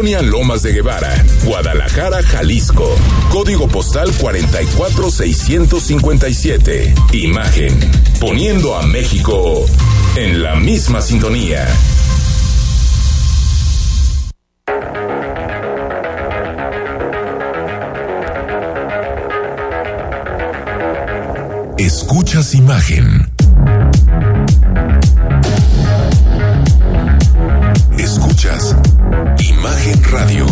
Colonia Lomas de Guevara, Guadalajara, Jalisco. Código postal 44657. Imagen, poniendo a México en la misma sintonía. Escuchas Imagen. Escuchas Imagen Radio.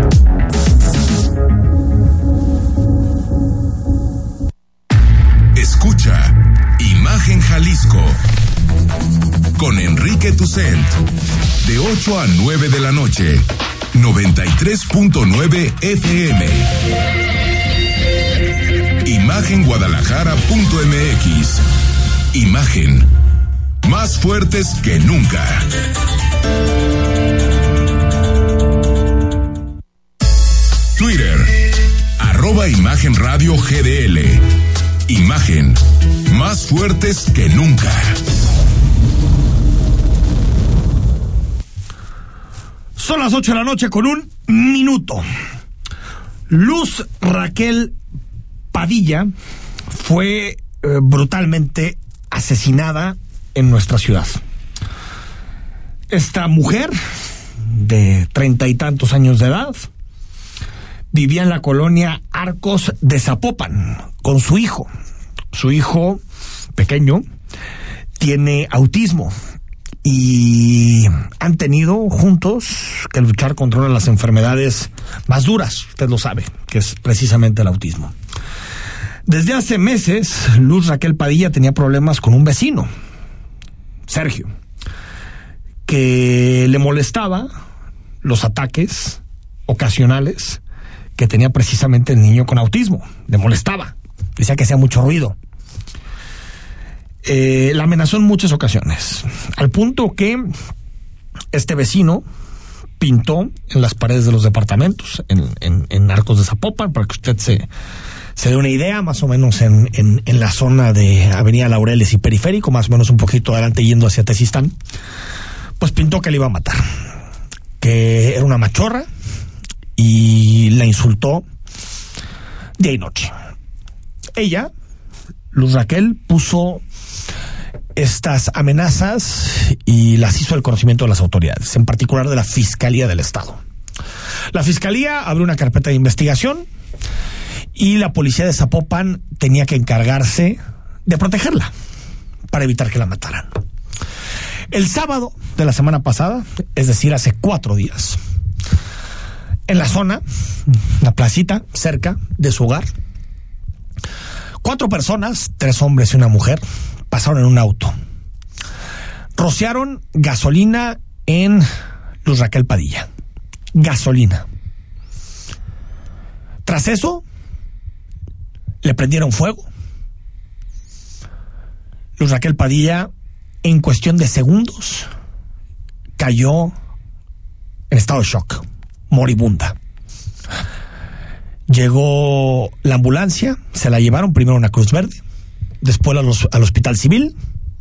Escucha Imagen Jalisco con Enrique Tucent de 8 a 9 de la noche, 93.9 FM. Imagenguadalajara.mx. Imagen, más fuertes que nunca. Twitter, @Imagen Radio GDL. Imagen, más fuertes que nunca. Son las 8 de la noche con 1 minuto. Luz Raquel Padilla fue brutalmente asesinada en nuestra ciudad. Esta mujer de 30 y tantos años de edad vivía en la colonia Arcos de Zapopan con su hijo. Su hijo pequeño tiene autismo y han tenido juntos que luchar contra una de las enfermedades más duras, usted lo sabe, que es precisamente el autismo. Desde hace meses, Luz Raquel Padilla tenía problemas con un vecino, Sergio, que le molestaba los ataques ocasionales que tenía precisamente el niño con autismo. Le molestaba, decía que hacía mucho ruido. La amenazó en muchas ocasiones, al punto que este vecino pintó en las paredes de los departamentos, en Arcos de Zapopan, para que usted se dé una idea, más o menos en la zona de Avenida Laureles y Periférico, más o menos un poquito adelante yendo hacia Tezistán, pues pintó que le iba a matar, que era una machorra, y la insultó día y noche. Ella, Luz Raquel, puso estas amenazas y las hizo al conocimiento de las autoridades, en particular de la Fiscalía del Estado. La Fiscalía abrió una carpeta de investigación y la policía de Zapopan tenía que encargarse de protegerla para evitar que la mataran. El sábado de la semana pasada, es decir, hace 4 días, en la zona, la placita cerca de su hogar, 4 personas, 3 hombres y una mujer, pasaron en un auto. Rociaron gasolina en Luz Raquel Padilla. Gasolina. Tras eso, le prendieron fuego. Luz Raquel Padilla, en cuestión de segundos, cayó en estado de shock, moribunda. Llegó la ambulancia, se la llevaron primero a una Cruz Verde, después al Hospital Civil,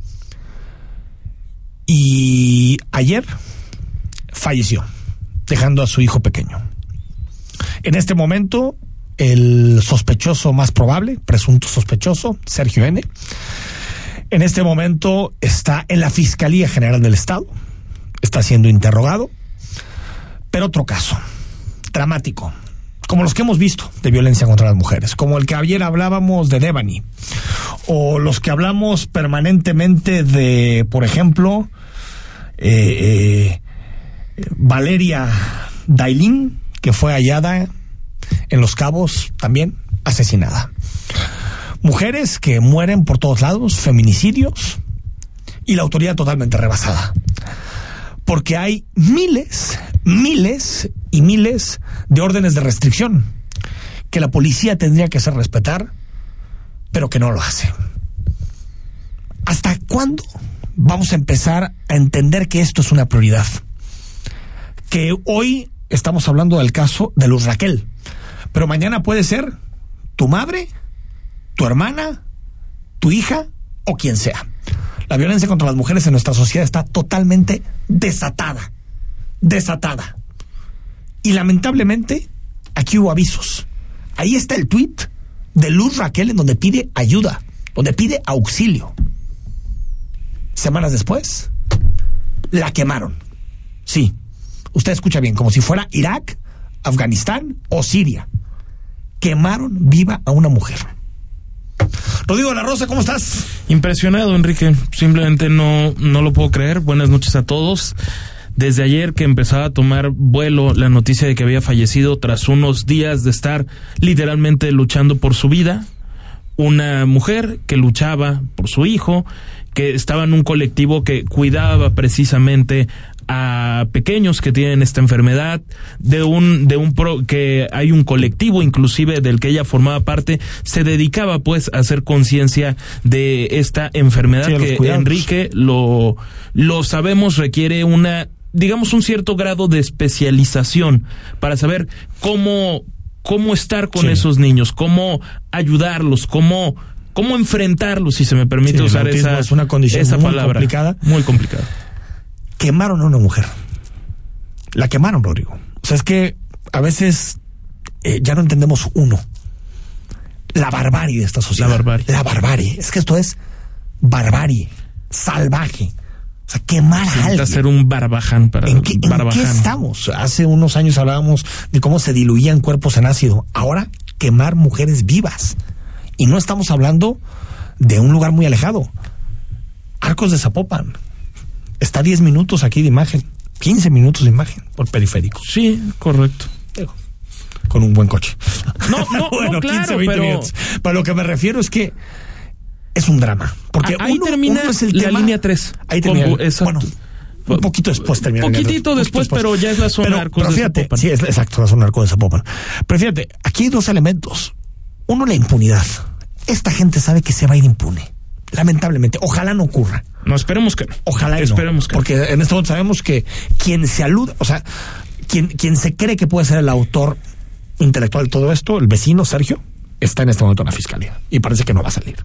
y ayer falleció, dejando a su hijo pequeño. En este momento, el sospechoso más probable, presunto sospechoso, Sergio N., en este momento está en la Fiscalía General del Estado, está siendo interrogado, pero otro caso dramático, como los que hemos visto de violencia contra las mujeres, como el que ayer hablábamos de Devani, o los que hablamos permanentemente de, por ejemplo, Valeria Dailín, que fue hallada en Los Cabos, también asesinada. Mujeres que mueren por todos lados, feminicidios, y la autoridad totalmente rebasada. Porque hay miles y miles de órdenes de restricción que la policía tendría que hacer respetar, pero que no lo hace. ¿Hasta cuándo vamos a empezar a entender que esto es una prioridad? Que hoy estamos hablando del caso de Luz Raquel, pero mañana puede ser tu madre, tu hermana, tu hija o quien sea. La violencia contra las mujeres en nuestra sociedad está totalmente desatada. Y lamentablemente, aquí hubo avisos. Ahí está el tuit de Luz Raquel en donde pide ayuda, donde pide auxilio. Semanas después, la quemaron. Sí, usted escucha bien, como si fuera Irak, Afganistán o Siria. Quemaron viva a una mujer. Rodrigo de la Rosa, ¿cómo estás? Impresionado, Enrique. Simplemente no lo puedo creer. Buenas noches a todos. Desde ayer que empezaba a tomar vuelo la noticia de que había fallecido tras unos días de estar literalmente luchando por su vida, una mujer que luchaba por su hijo, que estaba en un colectivo que cuidaba precisamente a pequeños que tienen esta enfermedad, que hay un colectivo inclusive del que ella formaba parte, se dedicaba pues a hacer conciencia de esta enfermedad, sí, que Enrique lo sabemos requiere digamos un cierto grado de especialización para saber cómo estar con esos niños, cómo ayudarlos, cómo enfrentarlos, si se me permite usar es una condición esa muy palabra complicada. Muy complicada. Quemaron a una mujer. La quemaron, Rodrigo. O sea, es que a veces ya no entendemos la barbarie de esta sociedad. La barbarie. Es que esto es barbarie, salvaje. O sea, quemar a alguien. Ser un barbaján para ¿En qué estamos? Hace unos años hablábamos de cómo se diluían cuerpos en ácido. Ahora, quemar mujeres vivas. Y no estamos hablando de un lugar muy alejado. Arcos de Zapopan. Está 10 minutos aquí de imagen. 15 minutos de imagen por periférico. Sí, correcto. Con un buen coche. Bueno, claro, 15, 20 pero minutos. Para lo que me refiero es que es un drama. Porque ahí termina es el tema, línea 3. Ahí termina. Bueno, un poquito después termina. Poquitito después, pero ya es la zona Arcos de Zapopan. Sí, es exacto, la zona Arcos de Zapopan. Pero fíjate, aquí hay dos elementos. Uno, la impunidad. Esta gente sabe que se va a ir impune. Lamentablemente. Ojalá no ocurra. No, esperemos que no. Ojalá y esperemos que porque en este momento sabemos que quien se alude, o sea, quien se cree que puede ser el autor intelectual de todo esto, el vecino Sergio, está en este momento en la fiscalía. Y parece que no va a salir.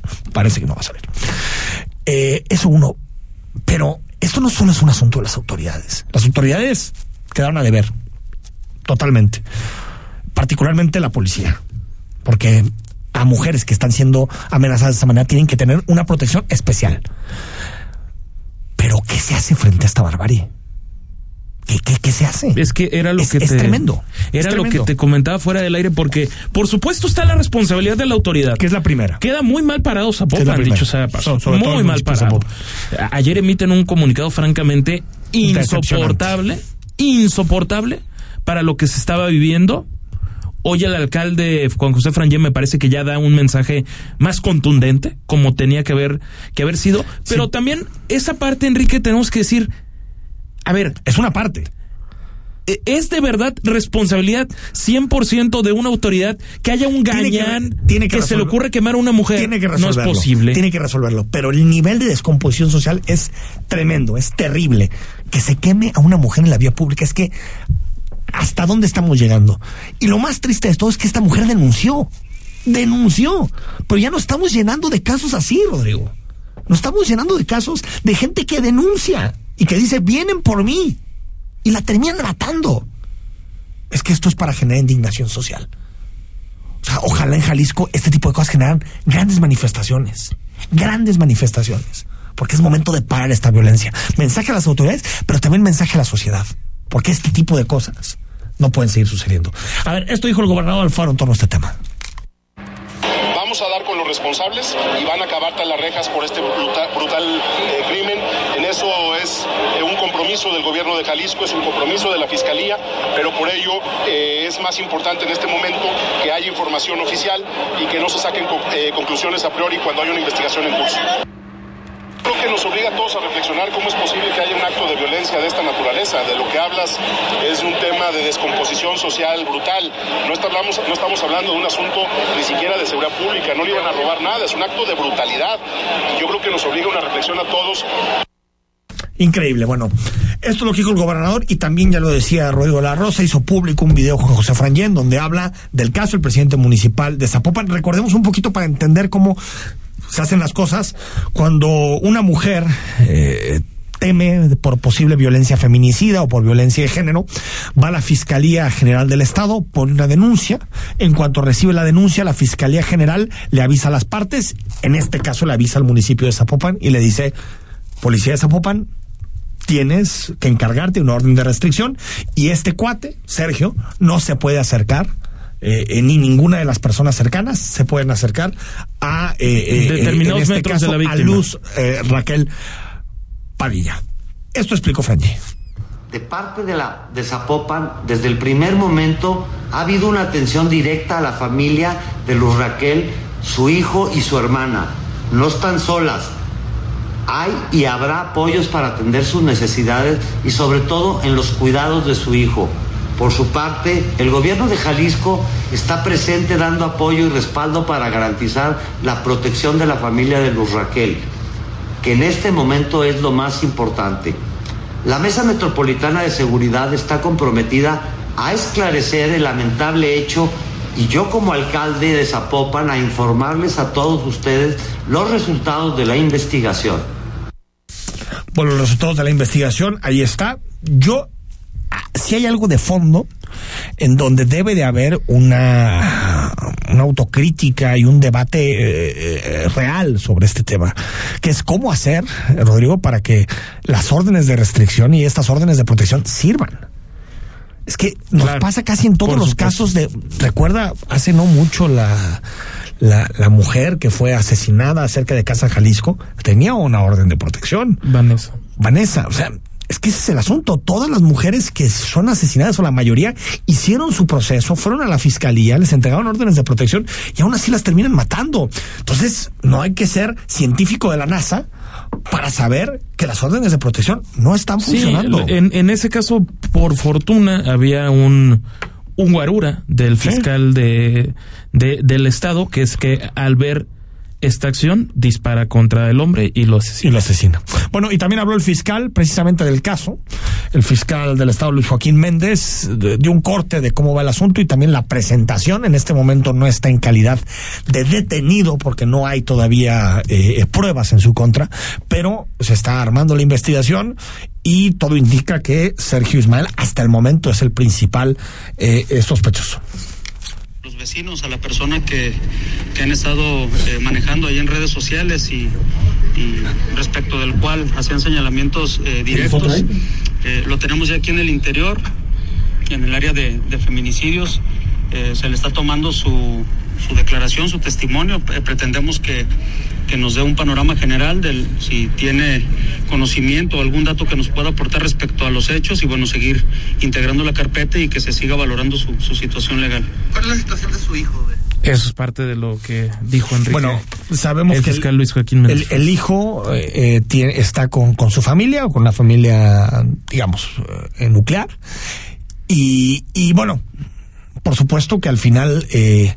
Eso uno. Pero esto no solo es un asunto de las autoridades. Las autoridades quedaron a deber. Totalmente. Particularmente la policía. Porque a mujeres que están siendo amenazadas de esta manera tienen que tener una protección especial. Pero ¿qué se hace frente a esta barbarie? ¿Qué se hace? Es que era lo que es tremendo. Era lo que te comentaba fuera del aire, porque por supuesto está la responsabilidad de la autoridad. Que es la primera. Queda muy mal parado Zapopan, dicho sea paso. Muy mal parado. Ayer emiten un comunicado francamente insoportable para lo que se estaba viviendo. Hoy el alcalde Juan José Frangé me parece que ya da un mensaje más contundente, como tenía que haber sido. Pero sí, también esa parte, Enrique, tenemos que decir, a ver, es una parte. ¿Es de verdad responsabilidad 100% de una autoridad que haya un gañán que se le ocurre quemar a una mujer? Tiene que resolverlo. No es posible. Tiene que resolverlo. Pero el nivel de descomposición social es tremendo, es terrible. Que se queme a una mujer en la vía pública, es que ¿hasta dónde estamos llegando? Y lo más triste de todo es que esta mujer denunció. Pero ya no estamos llenando de casos así, Rodrigo. Nos estamos llenando de casos de gente que denuncia y que dice, vienen por mí. Y la terminan matando. Es que esto es para generar indignación social. O sea, ojalá en Jalisco este tipo de cosas generan grandes manifestaciones. Porque es momento de parar esta violencia. Mensaje a las autoridades, pero también mensaje a la sociedad. Porque este tipo de cosas no pueden seguir sucediendo. A ver, esto dijo el gobernador Alfaro en torno a este tema. Vamos a dar con los responsables y van a acabar tras las rejas por este brutal crimen. En eso es un compromiso del gobierno de Jalisco, es un compromiso de la Fiscalía, pero por ello es más importante en este momento que haya información oficial y que no se saquen conclusiones a priori cuando hay una investigación en curso. Creo que nos obliga a todos a reflexionar cómo es posible que haya un acto de violencia de esta naturaleza. De lo que hablas es un tema de descomposición social brutal. No estamos hablando de un asunto ni siquiera de seguridad pública, no le iban a robar nada, es un acto de brutalidad. Y yo creo que nos obliga a una reflexión a todos. Increíble. Bueno, esto es lo que dijo el gobernador y también ya lo decía Rodrigo de la Rosa, hizo público un video Juan José Frangé donde habla del caso del presidente municipal de Zapopan. Recordemos un poquito para entender cómo se hacen las cosas. Cuando una mujer teme por posible violencia feminicida o por violencia de género, va a la Fiscalía General del Estado, pone una denuncia. En cuanto recibe la denuncia, la Fiscalía General le avisa a las partes, en este caso le avisa al municipio de Zapopan y le dice: Policía de Zapopan, tienes que encargarte de una orden de restricción, y este cuate, Sergio, no se puede acercar, ni ninguna de las personas cercanas se pueden acercar a determinados en este metros caso, de la víctima. a Luz Raquel Padilla. Esto explicó Franji. De parte de Zapopan, desde el primer momento ha habido una atención directa a la familia de Luz Raquel, su hijo y su hermana. No están solas. Hay y habrá apoyos para atender sus necesidades y sobre todo en los cuidados de su hijo. Por su parte, el gobierno de Jalisco está presente dando apoyo y respaldo para garantizar la protección de la familia de Luz Raquel, que en este momento es lo más importante. La Mesa Metropolitana de Seguridad está comprometida a esclarecer el lamentable hecho y yo como alcalde de Zapopan a informarles a todos ustedes los resultados de la investigación. Bueno, los resultados de la investigación, ahí está. Si hay algo de fondo en donde debe de haber una autocrítica y un debate real sobre este tema, que es cómo hacer, Rodrigo, para que las órdenes de restricción y estas órdenes de protección sirvan. Es que nos pasa casi en todos los casos recuerda hace no mucho la mujer que fue asesinada cerca de Casa Jalisco, tenía una orden de protección. Vanessa, o sea, es que ese es el asunto. Todas las mujeres que son asesinadas, o la mayoría, hicieron su proceso, fueron a la fiscalía, les entregaron órdenes de protección y aún así las terminan matando. Entonces, no hay que ser científico de la NASA para saber que las órdenes de protección no están funcionando. En ese caso, por fortuna, había un guarura del fiscal del estado, que es que al ver esta acción dispara contra el hombre y lo asesina. Bueno, y también habló el fiscal precisamente del caso. El fiscal del estado, Luis Joaquín Méndez, dio un corte de cómo va el asunto y también la presentación. En este momento no está en calidad de detenido porque no hay todavía pruebas en su contra, pero se está armando la investigación y todo indica que Sergio Ismael hasta el momento es el principal sospechoso. Los vecinos, a la persona que han estado manejando ahí en redes sociales y respecto del cual hacían señalamientos directos, lo tenemos ya aquí en el interior, en el área de feminicidios. Se le está tomando su declaración, su testimonio. Pretendemos que nos dé un panorama general de si tiene conocimiento o algún dato que nos pueda aportar respecto a los hechos y bueno, seguir integrando la carpeta y que se siga valorando su situación legal. ¿Cuál es la situación de su hijo? Eso es parte de lo que dijo Enrique. Bueno, sabemos que fiscal Luis Joaquín Méndez. El hijo está con su familia, o con la familia, digamos, nuclear. Y bueno, por supuesto que al final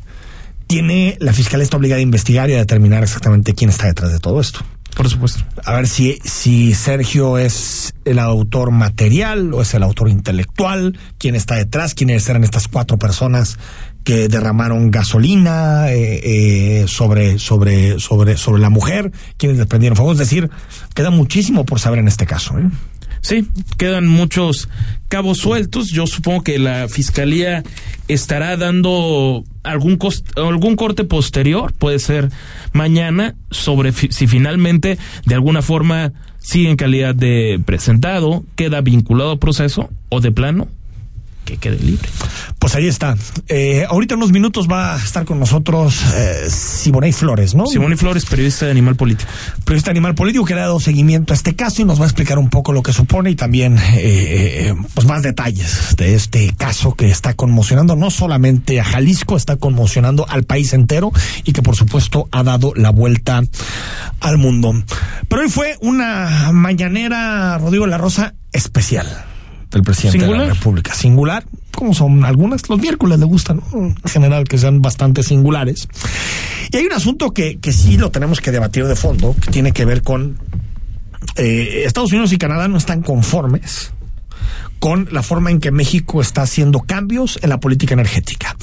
la fiscalía está obligada a investigar y a determinar exactamente quién está detrás de todo esto. Por supuesto. A ver si Sergio es el autor material o es el autor intelectual, quién está detrás, quiénes eran estas 4 personas que derramaron gasolina sobre la mujer, quienes le prendieron fuego. Es decir, queda muchísimo por saber en este caso, ¿eh? Sí, quedan muchos cabos sueltos. Yo supongo que la fiscalía estará dando algún corte posterior, puede ser mañana, sobre si finalmente de alguna forma sigue en calidad de presentado, queda vinculado al proceso o de plano que quede libre. Pues ahí está. Ahorita en unos minutos va a estar con nosotros Siboney Flores, ¿no? Siboney Flores, periodista de Animal Político. Periodista de Animal Político que le ha dado seguimiento a este caso y nos va a explicar un poco lo que supone y también pues más detalles de este caso que está conmocionando no solamente a Jalisco, está conmocionando al país entero y que por supuesto ha dado la vuelta al mundo. Pero hoy fue una mañanera, Rodrigo La Rosa, especial del presidente de la República. Singular, como son algunas, los miércoles le gustan, ¿no? En general, que sean bastante singulares. Y hay un asunto que sí lo tenemos que debatir de fondo, que tiene que ver con Estados Unidos y Canadá no están conformes con la forma en que México está haciendo cambios en la política energética.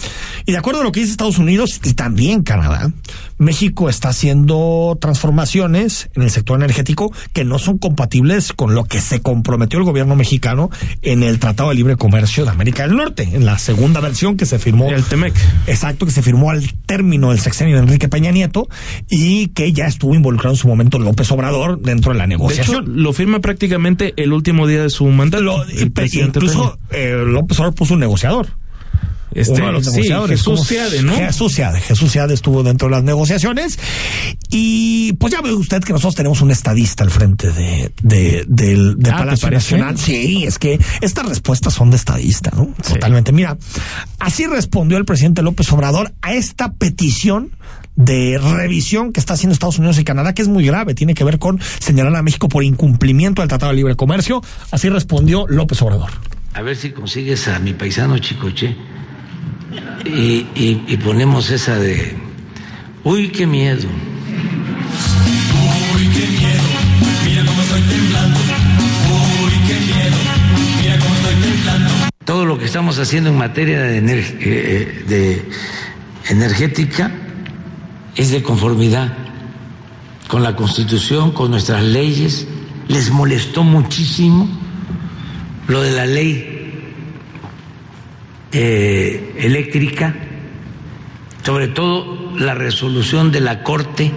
Y de acuerdo a lo que dice Estados Unidos y también Canadá, México está haciendo transformaciones en el sector energético que no son compatibles con lo que se comprometió el gobierno mexicano en el Tratado de Libre Comercio de América del Norte, en la segunda versión que se firmó. El TEMEC. Exacto, que se firmó al término del sexenio de Enrique Peña Nieto y que ya estuvo involucrado en su momento López Obrador dentro de la negociación. De hecho, lo firma prácticamente el último día de su mandato. Incluso López Obrador puso un negociador. Uno de los negociadores, Jesús Seade, ¿no? Jesús Seade estuvo dentro de las negociaciones y pues ya ve usted que nosotros tenemos un estadista al frente del Palacio Nacional. Sí, es que estas respuestas son de estadista, ¿no? Sí. Totalmente. Mira, así respondió el presidente López Obrador a esta petición de revisión que está haciendo Estados Unidos y Canadá, que es muy grave, tiene que ver con señalar a México por incumplimiento del Tratado de Libre Comercio. Así respondió López Obrador. A ver si consigues a mi paisano Chicoche y ponemos esa de uy, qué miedo. Uy, qué miedo, mira cómo estoy temblando. Uy, qué miedo, mira cómo estoy temblando. Todo lo que estamos haciendo en materia de energética es de conformidad con la Constitución, con nuestras leyes. Les molestó muchísimo lo de la ley eléctrica, sobre todo la resolución de la Corte,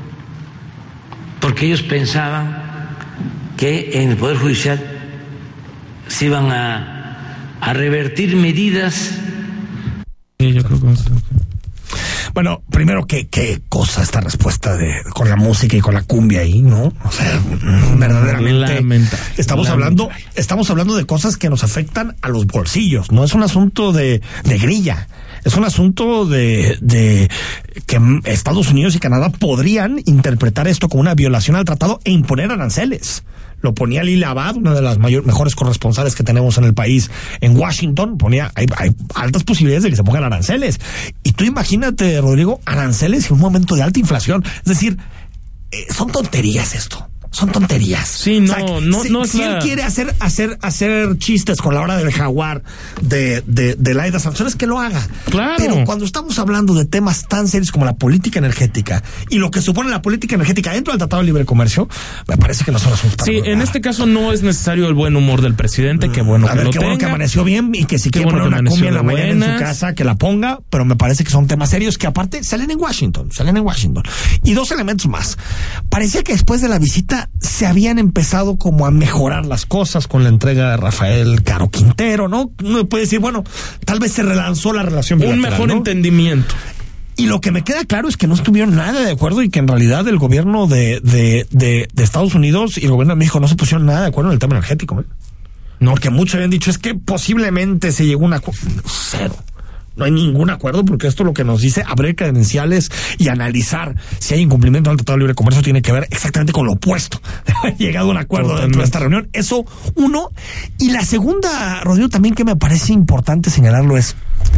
porque ellos pensaban que en el Poder Judicial se iban a revertir medidas. Sí, yo creo que bueno, primero, qué cosa esta respuesta con la música y con la cumbia ahí, ¿no? O sea, verdaderamente estamos hablando de cosas que nos afectan a los bolsillos, no es un asunto de grilla. Es un asunto de que Estados Unidos y Canadá podrían interpretar esto como una violación al tratado e imponer aranceles. Lo ponía Lila Abad, una de las mejores corresponsales que tenemos en el país, en Washington, hay altas posibilidades de que se pongan aranceles. Y tú imagínate, Rodrigo, aranceles en un momento de alta inflación. Es decir, son tonterías esto. Son tonterías. Sí, no, o sea, no si él quiere hacer chistes con la hora del jaguar de Laida Sansores, que lo haga. Claro. Pero cuando estamos hablando de temas tan serios como la política energética y lo que supone la política energética dentro del Tratado de Libre Comercio, me parece que no son asuntos. Sí, en este caso no es necesario el buen humor del presidente, qué bueno que lo tenga. Qué bueno que amaneció bien y que si quiere poner una cumbia en la mañana en su casa, que la ponga, pero me parece que son temas serios que aparte salen en Washington. Y dos elementos más. Parecía que después de la visita se habían empezado como a mejorar las cosas con la entrega de Rafael Caro Quintero, ¿no? Uno puede decir, bueno, tal vez se relanzó la relación bilateral, un mejor ¿no? entendimiento. Y lo que me queda claro es que no estuvieron nada de acuerdo y que en realidad el gobierno de Estados Unidos y el gobierno de México no se pusieron nada de acuerdo en el tema energético, ¿eh? No, porque muchos habían dicho es que posiblemente se llegó a un acuerdo. Cero. No hay ningún acuerdo porque esto lo que nos dice abrir credenciales y analizar si hay incumplimiento del Tratado de Libre Comercio tiene que ver exactamente con lo opuesto de haber llegado a un acuerdo dentro de esta reunión. Eso, uno. Y la segunda, Rodrigo, también que me parece importante señalarlo es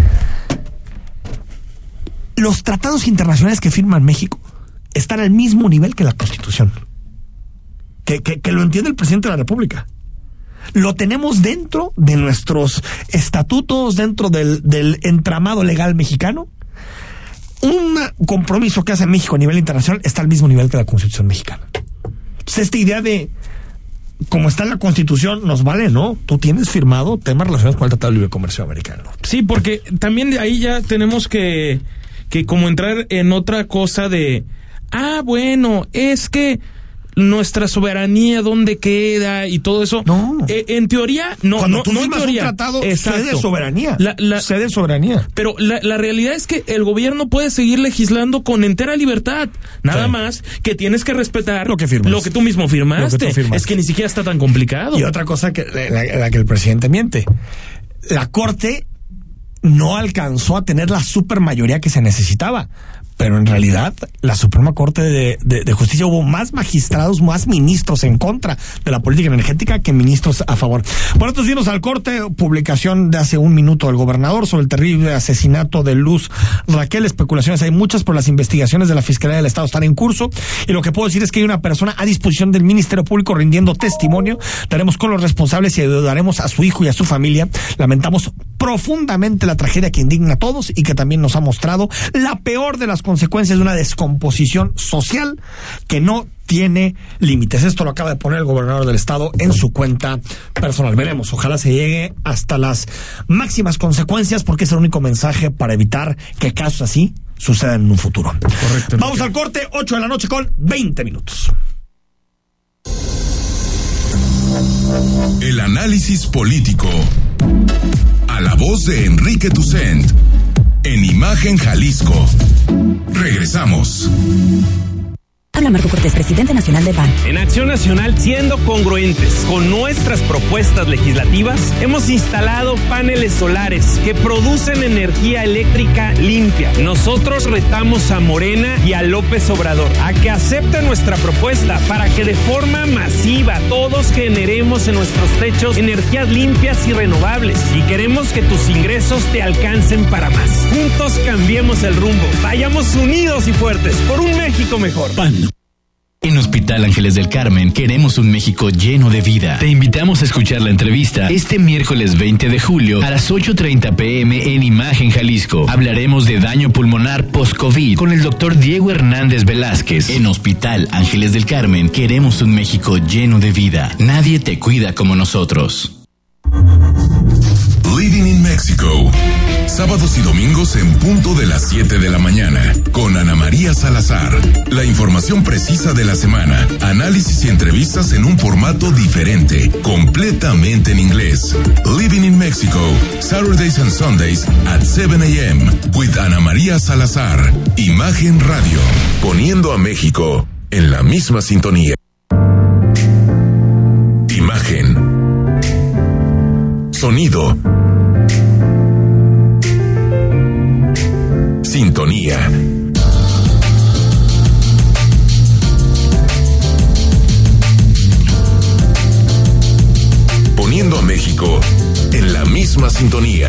los tratados internacionales que firma México están al mismo nivel que la Constitución. Que lo entiende el presidente de la República. Lo tenemos dentro de nuestros estatutos, dentro del entramado legal mexicano. Un compromiso que hace México a nivel internacional está al mismo nivel que la Constitución mexicana. Entonces, esta idea de como está en la Constitución nos vale, ¿no? Tú tienes firmado temas relacionados con el Tratado de Libre Comercio americano. Sí, porque también de ahí ya tenemos que como entrar en otra cosa de bueno, es que nuestra soberanía, dónde queda y todo eso. No. En teoría, no. Cuando tú no firmas en teoría, un tratado, exacto. cede soberanía. Cede soberanía. Pero la realidad es que el gobierno puede seguir legislando con entera libertad. Nada más que tienes que respetar lo que firmas. Lo que tú mismo firmaste. Es que ni siquiera está tan complicado. Y otra cosa que la que el presidente miente. La Corte no alcanzó a tener la supermayoría que se necesitaba pero en realidad la Suprema Corte de Justicia hubo más magistrados, más ministros en contra de la política energética que ministros a favor. Por estos días al corte, publicación de hace un minuto del gobernador sobre el terrible asesinato de Luz Raquel. Especulaciones hay muchas, pero las investigaciones de la Fiscalía del Estado están en curso, y lo que puedo decir es que hay una persona a disposición del Ministerio Público rindiendo testimonio. Daremos con los responsables y ayudaremos a su hijo y a su familia. Lamentamos profundamente la tragedia que indigna a todos y que también nos ha mostrado la peor de las consecuencias de una descomposición social que no tiene límites. Esto lo acaba de poner el gobernador del estado en su cuenta personal. Veremos, ojalá se llegue hasta las máximas consecuencias, porque es el único mensaje para evitar que casos así sucedan en un futuro. Correcto. Vamos al corte, 8 de la noche con 20 minutos. El análisis político. A la voz de Enrique Tucent. En Imagen Jalisco. Regresamos. Habla Marco Cortés, presidente nacional del PAN. En Acción Nacional, siendo congruentes con nuestras propuestas legislativas, hemos instalado paneles solares que producen energía eléctrica limpia. Nosotros retamos a Morena y a López Obrador a que acepten nuestra propuesta para que de forma masiva todos generemos en nuestros techos energías limpias y renovables. Y queremos que tus ingresos te alcancen para más. Juntos cambiemos el rumbo. Vayamos unidos y fuertes por un México mejor. PAN. En Hospital Ángeles del Carmen queremos un México lleno de vida. Te invitamos a escuchar la entrevista este miércoles 20 de julio a las 8:30 p.m. en Imagen Jalisco. Hablaremos de daño pulmonar post-COVID con el doctor Diego Hernández Velázquez. En Hospital Ángeles del Carmen queremos un México lleno de vida. Nadie te cuida como nosotros. Living in Mexico. Sábados y domingos en punto de las 7 de la mañana. Con Ana María Salazar. La información precisa de la semana. Análisis y entrevistas en un formato diferente. Completamente en inglés. Living in Mexico. Saturdays and Sundays at 7 a.m. With Ana María Salazar. Imagen Radio. Poniendo a México en la misma sintonía. Imagen. Sonido. Sintonía. Poniendo a México en la misma sintonía.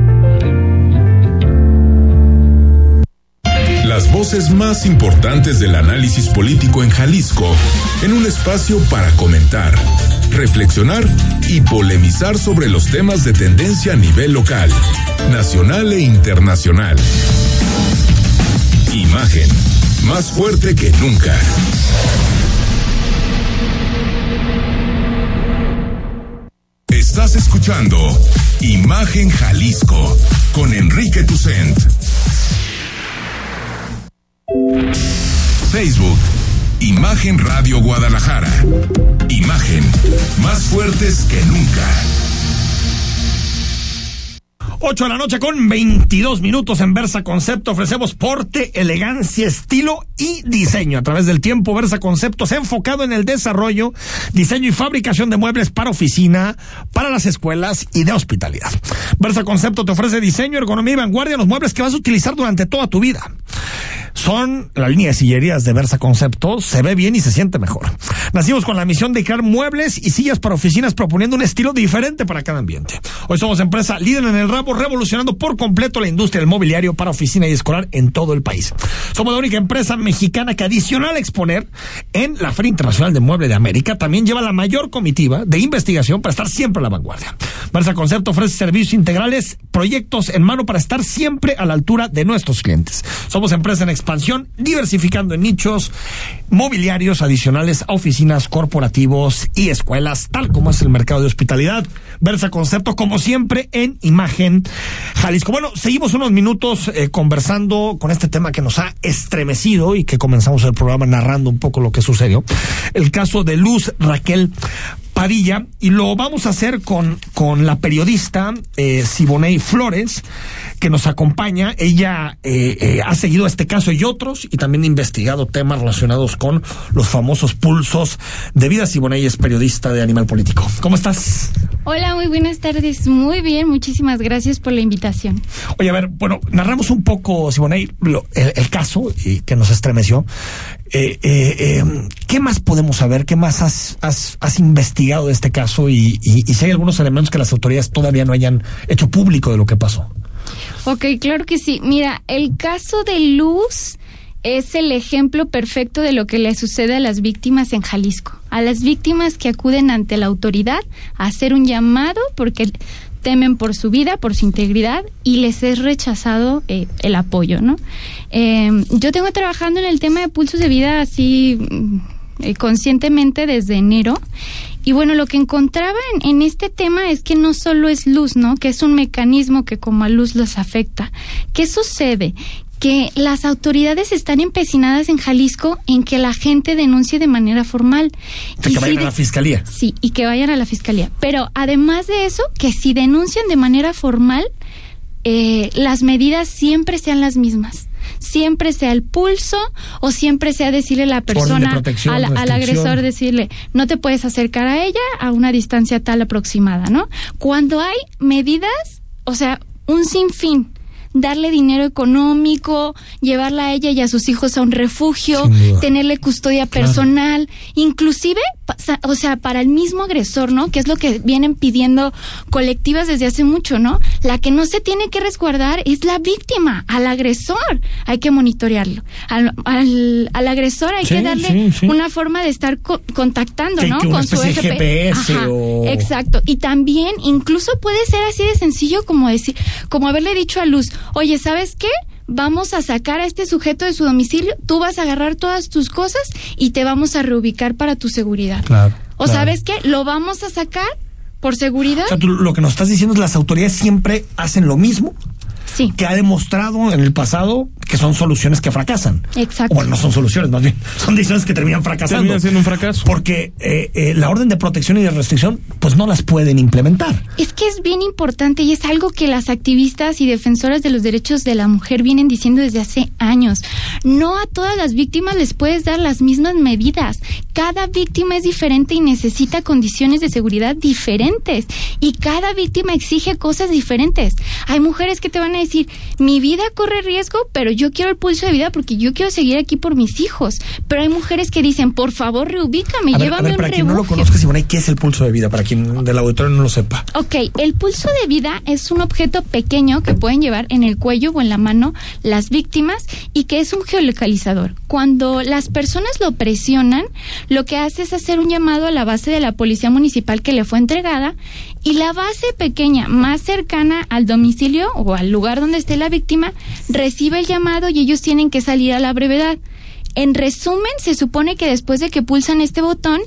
Las voces más importantes del análisis político en Jalisco, en un espacio para comentar, reflexionar y polemizar sobre los temas de tendencia a nivel local, nacional e internacional. Imagen, más fuerte que nunca. Estás escuchando Imagen Jalisco con Enrique Tucent. Facebook, Imagen Radio Guadalajara. Imagen, más fuertes que nunca. 8 de la noche con 22 minutos en Versa Concepto. Ofrecemos porte, elegancia, estilo y diseño. A través del tiempo, Versa Concepto se ha enfocado en el desarrollo, diseño y fabricación de muebles para oficina, para las escuelas y de hospitalidad. Versa Concepto te ofrece diseño, ergonomía y vanguardia en los muebles que vas a utilizar durante toda tu vida. Son la línea de sillerías de Versa Concepto, se ve bien y se siente mejor. Nacimos con la misión de crear muebles y sillas para oficinas, proponiendo un estilo diferente para cada ambiente. Hoy somos empresa líder en el ramo, revolucionando por completo la industria del mobiliario para oficina y escolar en todo el país. Somos la única empresa mexicana que, adicional a exponer en la Feria Internacional de Mueble de América, también lleva la mayor comitiva de investigación para estar siempre a la vanguardia. Versa Concepto ofrece servicios integrales, proyectos en mano para estar siempre a la altura de nuestros clientes. Somos empresa en expansión, diversificando en nichos mobiliarios adicionales a oficinas, corporativos y escuelas, tal como es el mercado de hospitalidad. Versa Concepto, como siempre, en Imagen Jalisco. Bueno, seguimos unos minutos conversando con este tema que nos ha estremecido y que comenzamos el programa narrando un poco lo que sucedió. El caso de Luz Raquel Padilla, y lo vamos a hacer con la periodista Siboney Flores, que nos acompaña. Ella ha seguido este caso y otros, y también ha investigado temas relacionados con los famosos pulsos de vida. Siboney es periodista de Animal Político. ¿Cómo estás? Hola, muy buenas tardes. Muy bien, muchísimas gracias por la invitación. Oye, a ver, bueno, narramos un poco, Siboney, el caso que nos estremeció. ¿Qué más podemos saber? ¿Qué más has investigado de este caso? Y si hay algunos elementos que las autoridades todavía no hayan hecho público de lo que pasó. Ok, claro que sí. Mira, el caso de Luz es el ejemplo perfecto de lo que le sucede a las víctimas en Jalisco. A las víctimas que acuden ante la autoridad a hacer un llamado porque temen por su vida, por su integridad, y les es rechazado el apoyo, ¿no? Yo tengo trabajando en el tema de pulsos de vida así conscientemente desde enero. Y bueno, lo que encontraba en este tema es que no solo es Luz, ¿no? Que es un mecanismo que como a Luz los afecta. ¿Qué sucede? Que las autoridades están empecinadas en Jalisco en que la gente denuncie de manera formal. Que vayan a la fiscalía. Sí, y que vayan a la fiscalía. Pero además de eso, que si denuncian de manera formal, las medidas siempre sean las mismas. Siempre sea el pulso o siempre sea decirle a la persona, al agresor, decirle, no te puedes acercar a ella a una distancia tal aproximada, ¿no? Cuando hay medidas, o sea, un sinfín, darle dinero económico, llevarla a ella y a sus hijos a un refugio, tenerle custodia personal, inclusive, o sea, para el mismo agresor, ¿no? Que es lo que vienen pidiendo colectivas desde hace mucho, ¿no? La que no se tiene que resguardar es la víctima, al agresor hay que monitorearlo, al agresor hay que darle una forma de estar contactando, ¿no? Con su GPS. Exacto, y también incluso puede ser así de sencillo como decir, como haberle dicho a Luz, oye, ¿sabes qué? Vamos a sacar a este sujeto de su domicilio, tú vas a agarrar todas tus cosas y te vamos a reubicar para tu seguridad. Claro. O ¿sabes qué? Lo vamos a sacar por seguridad. O sea, tú lo que nos estás diciendo es que las autoridades siempre hacen lo mismo. Sí. Que ha demostrado en el pasado que son soluciones que fracasan. Exacto. Bueno, no son soluciones, más bien son decisiones que terminan fracasando. Terminan siendo un fracaso. Porque la orden de protección y de restricción, pues no las pueden implementar. Es que es bien importante y es algo que las activistas y defensoras de los derechos de la mujer vienen diciendo desde hace años. No a todas las víctimas les puedes dar las mismas medidas. Cada víctima es diferente y necesita condiciones de seguridad diferentes. Y cada víctima exige cosas diferentes. Hay mujeres que te van a decir, mi vida corre riesgo, pero yo quiero el pulso de vida porque yo quiero seguir aquí por mis hijos. Pero hay mujeres que dicen, por favor, reubícame, llévame a un para refugio. quien no lo conozca, Simona, ¿qué es el pulso de vida? Para quien del auditorio no lo sepa. Ok, el pulso de vida es un objeto pequeño que pueden llevar en el cuello o en la mano las víctimas y que es un geolocalizador. Cuando las personas lo presionan, lo que hace es hacer un llamado a la base de la policía municipal que le fue entregada y la base pequeña más cercana al domicilio o al lugar donde esté la víctima recibe el llamado y ellos tienen que salir a la brevedad. En resumen, se supone que después de que pulsan este botón,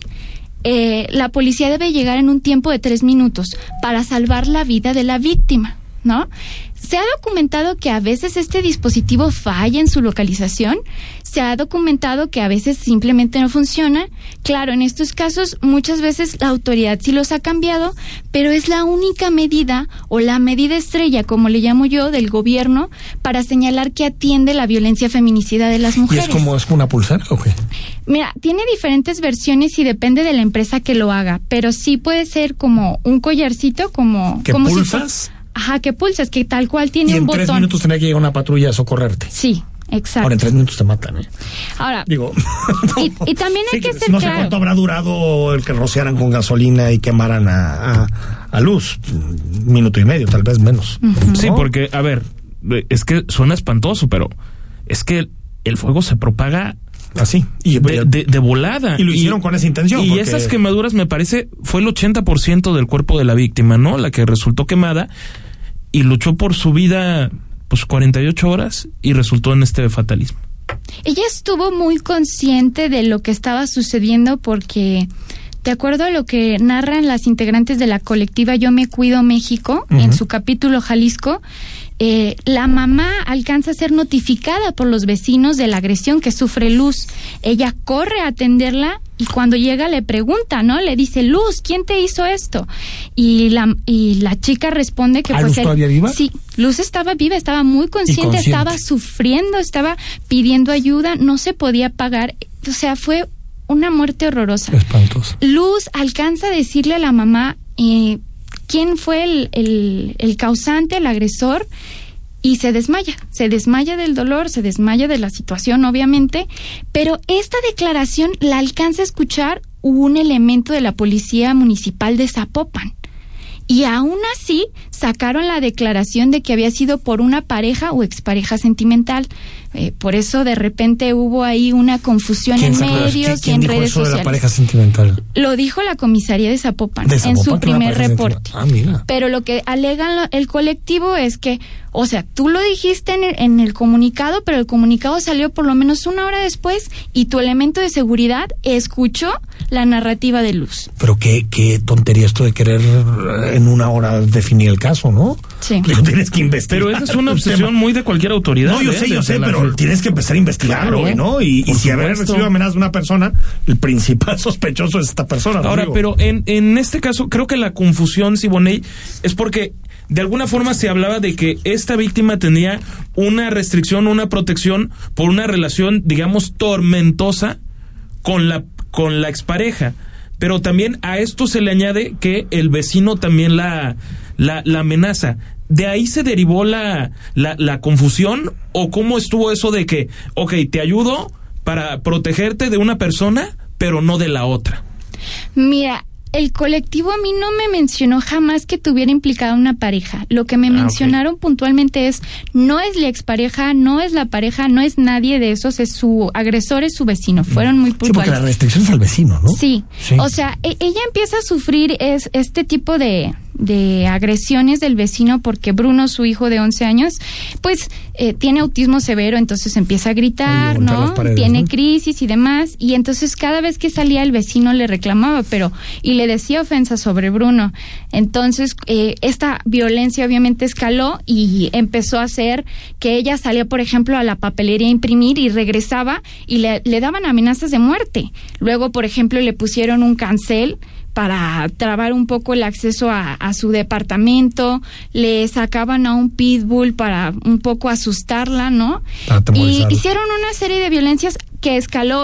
la policía debe llegar en un tiempo de 3 minutos para salvar la vida de la víctima, ¿no? Se ha documentado que a veces este dispositivo falla en su localización, se ha documentado que a veces simplemente no funciona. Claro, en estos casos muchas veces la autoridad sí los ha cambiado, pero es la única medida o la medida estrella, como le llamo yo, del gobierno para señalar que atiende la violencia feminicida de las mujeres. ¿Y es como una pulsera o qué? Mira, tiene diferentes versiones y depende de la empresa que lo haga, pero sí puede ser como un collarcito, como... ¿Que como pulsas? Si que pulsas, que tal cual tiene un botón. Y en 3 minutos tenía que llegar una patrulla a socorrerte. Sí, exacto. Ahora en 3 minutos te matan, ¿eh? Ahora, digo... y también hay que ser no claro. sé cuánto habrá durado el que rociaran con gasolina y quemaran a Luz. 1 minuto y medio, tal vez menos. Uh-huh. Sí, porque, a ver, es que suena espantoso, pero es que el fuego se propaga así de volada. Y lo hicieron con esa intención. Y esas quemaduras, me parece, fue el 80% del cuerpo de la víctima, ¿no? La que resultó quemada y luchó por su vida, pues 48 horas y resultó en este fatalismo. Ella estuvo muy consciente de lo que estaba sucediendo porque, de acuerdo a lo que narran las integrantes de la colectiva Yo Me Cuido México, en su capítulo Jalisco, la mamá alcanza a ser notificada por los vecinos de la agresión que sufre Luz. Ella corre a atenderla y cuando llega le pregunta, ¿no? Le dice, Luz, ¿quién te hizo esto? Y la chica responde que... ¿Luz todavía viva? Sí, Luz estaba viva, estaba muy consciente, estaba sufriendo, estaba pidiendo ayuda, no se podía pagar. O sea, fue una muerte horrorosa. Espantosa. Luz alcanza a decirle a la mamá... quién fue el causante, el agresor, y se desmaya del dolor, se desmaya de la situación, obviamente, pero esta declaración la alcanza a escuchar un elemento de la Policía Municipal de Zapopan. Y aún así sacaron la declaración de que había sido por una pareja o expareja sentimental. Por eso de repente hubo ahí una confusión en medios y en redes sociales. ¿De la pareja sentimental? Lo dijo la comisaría de Zapopan en su primer reporte. Mira. Pero lo que alegan el colectivo es que, o sea, tú lo dijiste en el comunicado, pero el comunicado salió por lo menos una hora después y tu elemento de seguridad escuchó la narrativa de Luz. Pero qué tontería esto de querer en una hora definir el caso, ¿no? Sí. Pero tienes que investigar. Pero esa es una obsesión muy de cualquier autoridad. No, yo sé, pero tienes que empezar a investigarlo, claro, ¿no? Y si haber recibido amenazas de una persona, el principal sospechoso es esta persona. Ahora, pero en este caso, creo que la confusión, Siboney, es porque de alguna forma se hablaba de que esta víctima tenía una restricción, una protección por una relación, digamos, tormentosa con la expareja. Pero también a esto se le añade que el vecino también la amenaza. ¿De ahí se derivó la confusión? ¿O cómo estuvo eso de que, te ayudo para protegerte de una persona, pero no de la otra? Mira, el colectivo a mí no me mencionó jamás que tuviera implicada una pareja. Lo que me mencionaron puntualmente es, no es la expareja, no es la pareja, no es nadie de esos, es su agresor, es su vecino. Fueron muy puntuales. Sí, porque la restricción es al vecino, ¿no? Sí. O sea, ella empieza a sufrir este tipo de agresiones del vecino porque Bruno, su hijo de 11 años, pues tiene autismo severo, entonces empieza a gritar, ¿no? Tiene crisis y demás, y entonces cada vez que salía el vecino le reclamaba, y le decía ofensas sobre Bruno. Entonces esta violencia obviamente escaló y empezó a hacer que ella salía, por ejemplo, a la papelería a imprimir y regresaba y le daban amenazas de muerte. Luego, por ejemplo, le pusieron un cancel para trabar un poco el acceso a su departamento, le sacaban a un pitbull para un poco asustarla, ¿no? Y hicieron una serie de violencias que escaló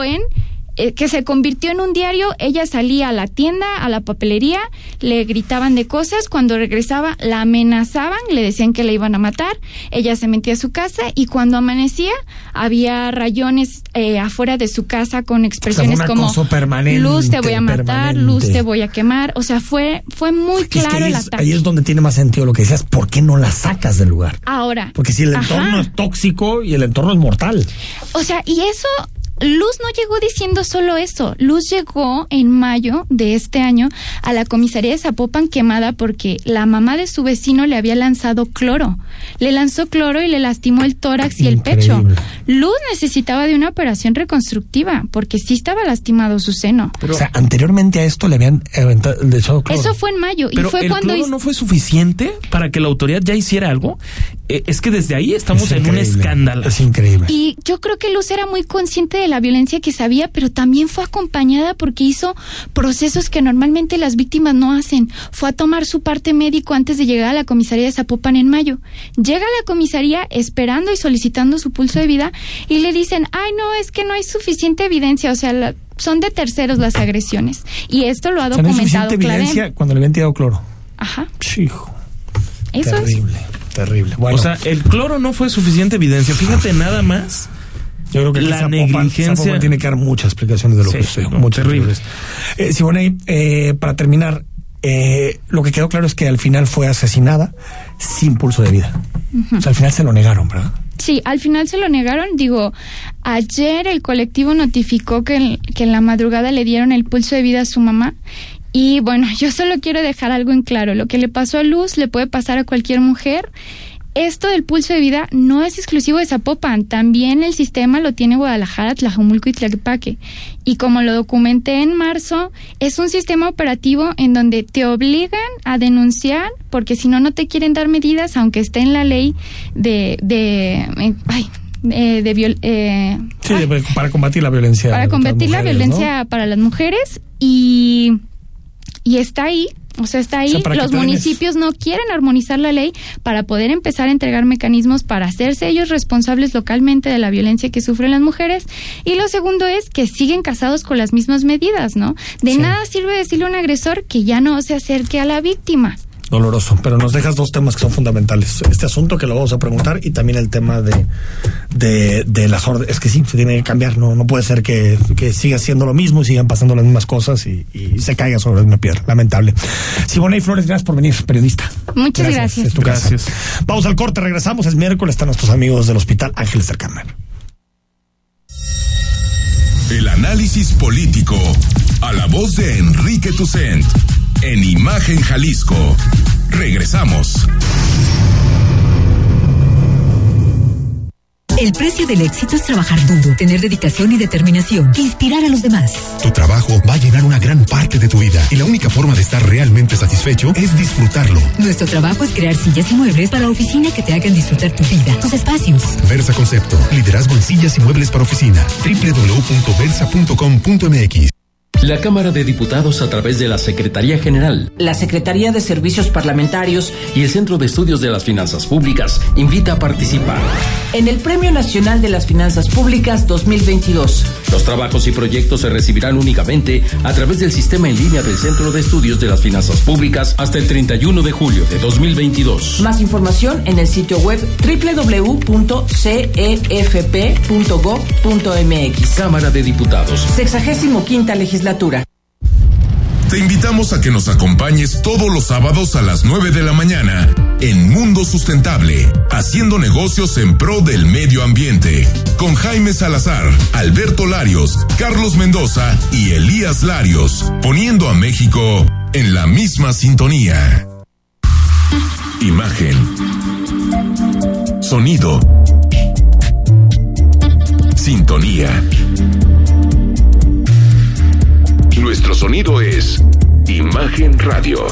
que se convirtió en un diario. Ella salía a la tienda, a la papelería, le gritaban de cosas, cuando regresaba la amenazaban, le decían que la iban a matar, ella se metía a su casa y cuando amanecía había rayones afuera de su casa con expresiones como Luz te voy a matar, Luz te voy a quemar. O sea, fue muy claro el ataque. Ahí es donde tiene más sentido lo que decías, ¿por qué no la sacas del lugar? Ahora. Porque si el entorno es tóxico y el entorno es mortal. O sea, y eso... Luz no llegó diciendo solo eso. Luz llegó en mayo de este año a la comisaría de Zapopan quemada porque la mamá de su vecino le había lanzado cloro. Le lanzó cloro y le lastimó el tórax y el pecho. Luz necesitaba de una operación reconstructiva porque sí estaba lastimado su seno. Pero, o sea, anteriormente a esto le habían echado cloro. Eso fue en mayo. Pero y fue cuando cloro no fue suficiente para que la autoridad ya hiciera algo. Es que desde ahí estamos en un escándalo. Es increíble. Y yo creo que Luz era muy consciente de la violencia que sabía, pero también fue acompañada porque hizo procesos que normalmente las víctimas no hacen. Fue a tomar su parte médico antes de llegar a la comisaría de Zapopan en mayo. Llega a la comisaría esperando y solicitando su pulso de vida y le dicen, no, es que no hay suficiente evidencia, o sea, son de terceros las agresiones. Y esto lo ha documentado claramente. Evidencia cuando le habían tirado cloro. Ajá. Chijo. Eso Terrible. Bueno. O sea, el cloro no fue suficiente evidencia. Fíjate nada más. Yo creo que la negligencia tiene que dar muchas explicaciones de lo que sucedió. Muy terribles. Siboney, para terminar, lo que quedó claro es que al final fue asesinada sin pulso de vida. O sea, al final se lo negaron, ¿verdad? Sí, al final se lo negaron. Digo, ayer el colectivo notificó que en la madrugada le dieron el pulso de vida a su mamá. Y bueno, yo solo quiero dejar algo en claro. Lo que le pasó a Luz le puede pasar a cualquier mujer. Esto del pulso de vida no es exclusivo de Zapopan. También el sistema lo tiene Guadalajara, Tlajomulco y Tlaquepaque. Y como lo documenté en marzo, es un sistema operativo en donde te obligan a denunciar, porque si no, no te quieren dar medidas, aunque esté en la ley para combatir la violencia. Para combatir la violencia, ¿no? Para las mujeres y está ahí. O sea, está ahí. O sea, los municipios no quieren armonizar la ley para poder empezar a entregar mecanismos para hacerse ellos responsables localmente de la violencia que sufren las mujeres. Y lo segundo es que siguen casados con las mismas medidas, ¿no? De nada sirve decirle a un agresor que ya no se acerque a la víctima. Doloroso, pero nos dejas dos temas que son fundamentales. Este asunto que lo vamos a preguntar y también el tema de las órdenes. Es que sí, se tiene que cambiar. No puede ser que siga siendo lo mismo y sigan pasando las mismas cosas y se caiga sobre una piedra. Lamentable. Siboney Flores, gracias por venir, periodista. Muchas gracias. Es tu casa. Vamos al corte, regresamos. Es miércoles, están nuestros amigos del Hospital Ángeles del Carmen. El análisis político a la voz de Enrique Tucent en Imagen Jalisco. Regresamos. El precio del éxito es trabajar duro, tener dedicación y determinación, inspirar a los demás. Tu trabajo va a llenar una gran parte de tu vida y la única forma de estar realmente satisfecho es disfrutarlo. Nuestro trabajo es crear sillas y muebles para oficina que te hagan disfrutar tu vida, tus espacios. Versa Concepto, liderazgo en sillas y muebles para oficina. www.versa.com.mx. La Cámara de Diputados, a través de la Secretaría General, la Secretaría de Servicios Parlamentarios y el Centro de Estudios de las Finanzas Públicas, invita a participar en el Premio Nacional de las Finanzas Públicas 2022. Los trabajos y proyectos se recibirán únicamente a través del sistema en línea del Centro de Estudios de las Finanzas Públicas hasta el 31 de julio de 2022. Más información en el sitio web www.cefp.gov.mx. Cámara de Diputados. 65ª Legislatura. Te invitamos a que nos acompañes todos los sábados a las 9 de la mañana en Mundo Sustentable, haciendo negocios en pro del medio ambiente, con Jaime Salazar, Alberto Larios, Carlos Mendoza y Elías Larios, poniendo a México en la misma sintonía. Imagen, sonido, sintonía. Nuestro sonido es Imagen Radio.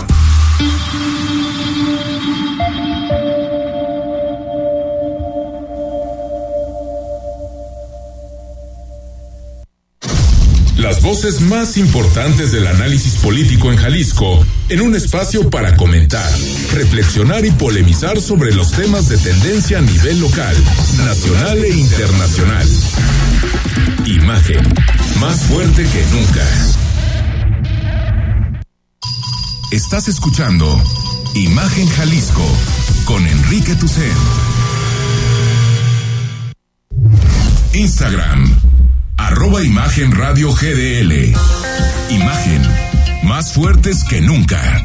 Las voces más importantes del análisis político en Jalisco, en un espacio para comentar, reflexionar y polemizar sobre los temas de tendencia a nivel local, nacional e internacional. Imagen, más fuerte que nunca. Estás escuchando Imagen Jalisco con Enrique Tucent. Instagram, @Imagen Radio GDL. Imagen, más fuertes que nunca.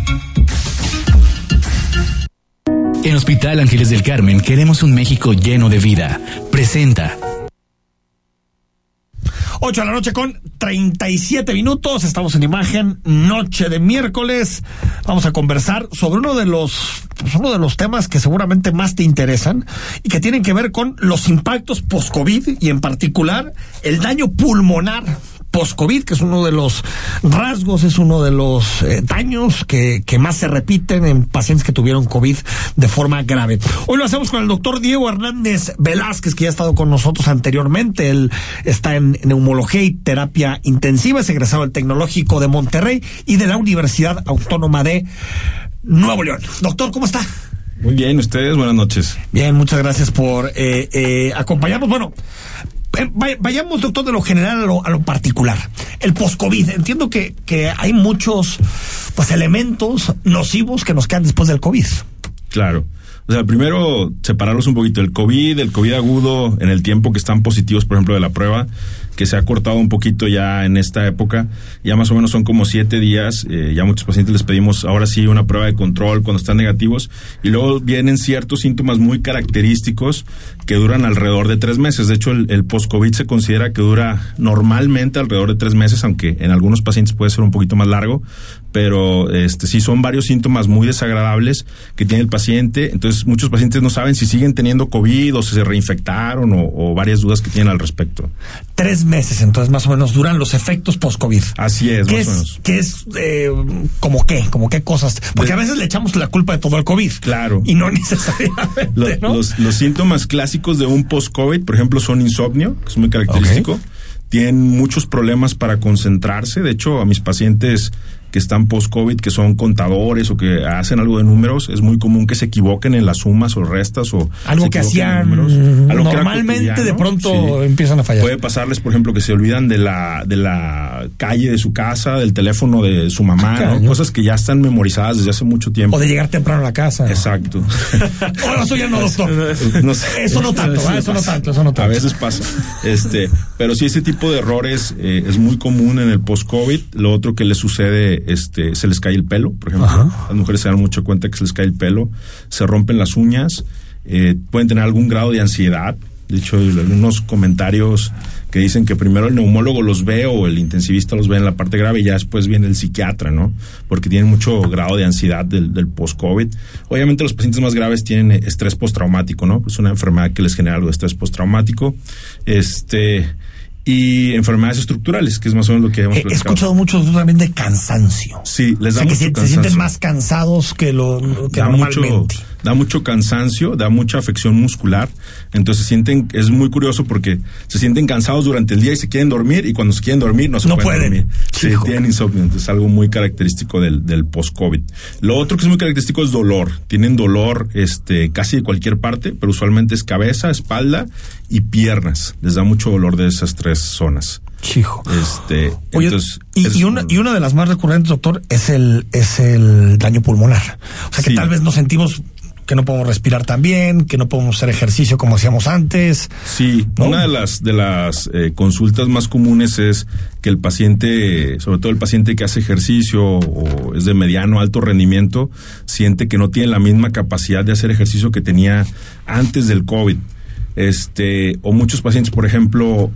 En Hospital Ángeles del Carmen queremos un México lleno de vida. Presenta 8 de la noche con 37 minutos. Estamos en Imagen, noche de miércoles. Vamos a conversar sobre uno de los temas que seguramente más te interesan y que tienen que ver con los impactos post-COVID y en particular el daño pulmonar post-COVID, que es uno de los rasgos, es uno de los daños que más se repiten en pacientes que tuvieron COVID de forma grave. Hoy lo hacemos con el doctor Diego Hernández Velázquez, que ya ha estado con nosotros anteriormente. Él está en neumología y terapia intensiva, es egresado del Tecnológico de Monterrey y de la Universidad Autónoma de Nuevo León. Doctor, ¿cómo está? Muy bien, ustedes, buenas noches. Bien, muchas gracias por acompañarnos. Bueno, vayamos, doctor, de lo general a lo particular. El post-COVID. Entiendo que hay muchos elementos nocivos que nos quedan después del COVID. Claro. O sea, primero separarlos un poquito. El COVID agudo, en el tiempo que están positivos, por ejemplo, de la prueba, que se ha cortado un poquito ya en esta época, ya más o menos son como 7 días, ya a muchos pacientes les pedimos ahora sí una prueba de control cuando están negativos, y luego vienen ciertos síntomas muy característicos que duran alrededor de 3 meses. De hecho, el post-COVID se considera que dura normalmente alrededor de 3 meses, aunque en algunos pacientes puede ser un poquito más largo, pero sí son varios síntomas muy desagradables que tiene el paciente. Entonces muchos pacientes no saben si siguen teniendo COVID o si se reinfectaron o varias dudas que tienen al respecto. 3 meses, entonces más o menos duran los efectos post-COVID. Así es, más o menos. ¿Qué es, como qué cosas? Porque a veces le echamos la culpa de todo al COVID. Claro. Y no necesariamente, Los síntomas clásicos de un post-COVID, por ejemplo, son insomnio, que es muy característico. Okay. Tienen muchos problemas para concentrarse. De hecho, a mis pacientes que están post-COVID, que son contadores o que hacen algo de números, es muy común que se equivoquen en las sumas o restas o algo que hacían normalmente, de pronto empiezan a fallar. Puede pasarles, por ejemplo, que se olvidan de la calle de su casa, del teléfono de su mamá, ¿no? Cosas que ya están memorizadas desde hace mucho tiempo. O de llegar temprano a la casa. Exacto. Bueno, eso ya no, doctor. No sé. Eso no tanto, eso no tanto. A veces pasa. Pero sí, ese tipo de errores es muy común en el post-COVID. Lo otro que les sucede, se les cae el pelo, por ejemplo. Ajá. Las mujeres se dan mucho cuenta que se les cae el pelo, se rompen las uñas, pueden tener algún grado de ansiedad. De hecho, hay algunos comentarios que dicen que primero el neumólogo los ve o el intensivista los ve en la parte grave y ya después viene el psiquiatra, ¿no? Porque tienen mucho grado de ansiedad del post-COVID. Obviamente los pacientes más graves tienen estrés postraumático, ¿no? Es una enfermedad que les genera algo de estrés postraumático. Y enfermedades estructurales, que es más o menos lo que hemos platicado. He escuchado mucho también de cansancio. Sí, les da mucho cansancio. Se sienten más cansados que normalmente. Da mucho cansancio, da mucha afección muscular. Entonces es muy curioso porque se sienten cansados durante el día y se quieren dormir, y cuando se quieren dormir no pueden dormir. Sí, tienen insomnio. Entonces es algo muy característico del post-COVID. Lo otro que es muy característico es dolor. Tienen dolor casi de cualquier parte, pero usualmente es cabeza, espalda y piernas. Les da mucho dolor de esas tres zonas. Chijo. Oye, entonces, y una de las más recurrentes, doctor, es el daño pulmonar. O sea que tal vez nos sentimos que no podemos respirar tan bien, que no podemos hacer ejercicio como hacíamos antes. Sí, ¿no? Una de las consultas más comunes es que el paciente, sobre todo el paciente que hace ejercicio o es de mediano alto rendimiento, siente que no tiene la misma capacidad de hacer ejercicio que tenía antes del COVID. O muchos pacientes, por ejemplo,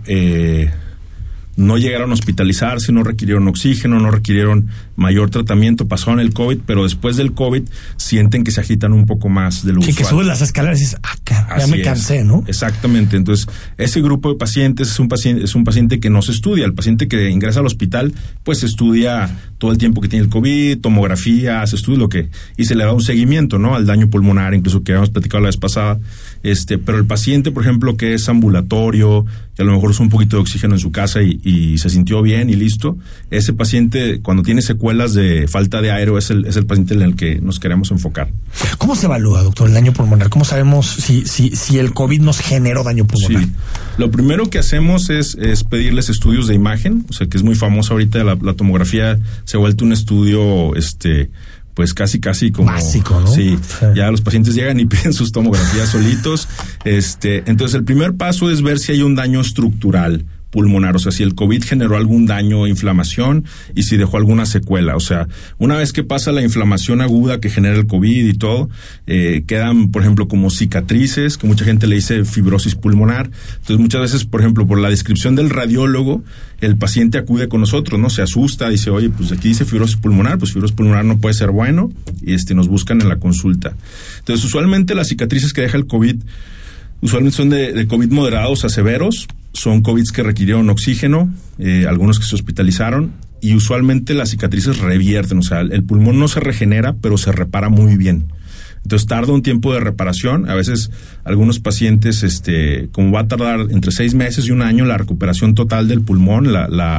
no llegaron a hospitalizarse, no requirieron oxígeno, no requirieron mayor tratamiento, pasaron el COVID, pero después del COVID sienten que se agitan un poco más de lo usual. Que suben las escaleras y dices, ya me cansé, ¿no? Exactamente. Entonces, ese grupo de pacientes es un paciente que no se estudia. El paciente que ingresa al hospital, pues estudia todo el tiempo que tiene el COVID, tomografía, se estudia y se le da un seguimiento, ¿no? Al daño pulmonar, incluso que habíamos platicado la vez pasada. Pero el paciente, por ejemplo, que es ambulatorio, que a lo mejor usa un poquito de oxígeno en su casa y se sintió bien y listo, ese paciente, cuando tiene secuelas de falta de aire, es el paciente en el que nos queremos enfocar. ¿Cómo se evalúa, doctor, el daño pulmonar? ¿Cómo sabemos si el COVID nos generó daño pulmonar? Sí. Lo primero que hacemos es pedirles estudios de imagen, o sea, que es muy famoso ahorita, la tomografía se ha vuelto un estudio, pues casi como básico, ¿no? Sí, ya los pacientes llegan y piden sus tomografías solitos. Entonces el primer paso es ver si hay un daño estructural pulmonar, o sea, si el COVID generó algún daño, inflamación, y si dejó alguna secuela. O sea, una vez que pasa la inflamación aguda que genera el COVID y todo, quedan, por ejemplo, como cicatrices, que mucha gente le dice fibrosis pulmonar. Entonces, muchas veces, por ejemplo, por la descripción del radiólogo, el paciente acude con nosotros, ¿no? Se asusta, dice, oye, pues aquí dice fibrosis pulmonar, pues fibrosis pulmonar no puede ser bueno, y nos buscan en la consulta. Entonces, usualmente las cicatrices que deja el COVID, usualmente son de COVID moderados a severos, son COVIDs que requirieron oxígeno, algunos que se hospitalizaron, y usualmente las cicatrices revierten, o sea, el pulmón no se regenera, pero se repara muy bien. Entonces tarda un tiempo de reparación. A veces algunos pacientes, como va a tardar entre 6 meses y 1 año la recuperación total del pulmón,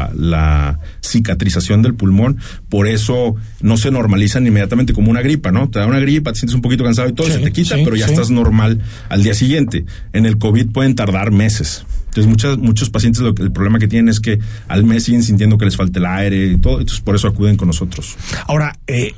la cicatrización del pulmón, por eso no se normalizan inmediatamente como una gripa, ¿no? Te da una gripa, te sientes un poquito cansado y todo, se te quita, pero ya estás normal al día siguiente. En el COVID pueden tardar meses. Entonces muchos pacientes el problema que tienen es que al mes siguen sintiendo que les falta el aire y todo, entonces por eso acuden con nosotros. Ahora,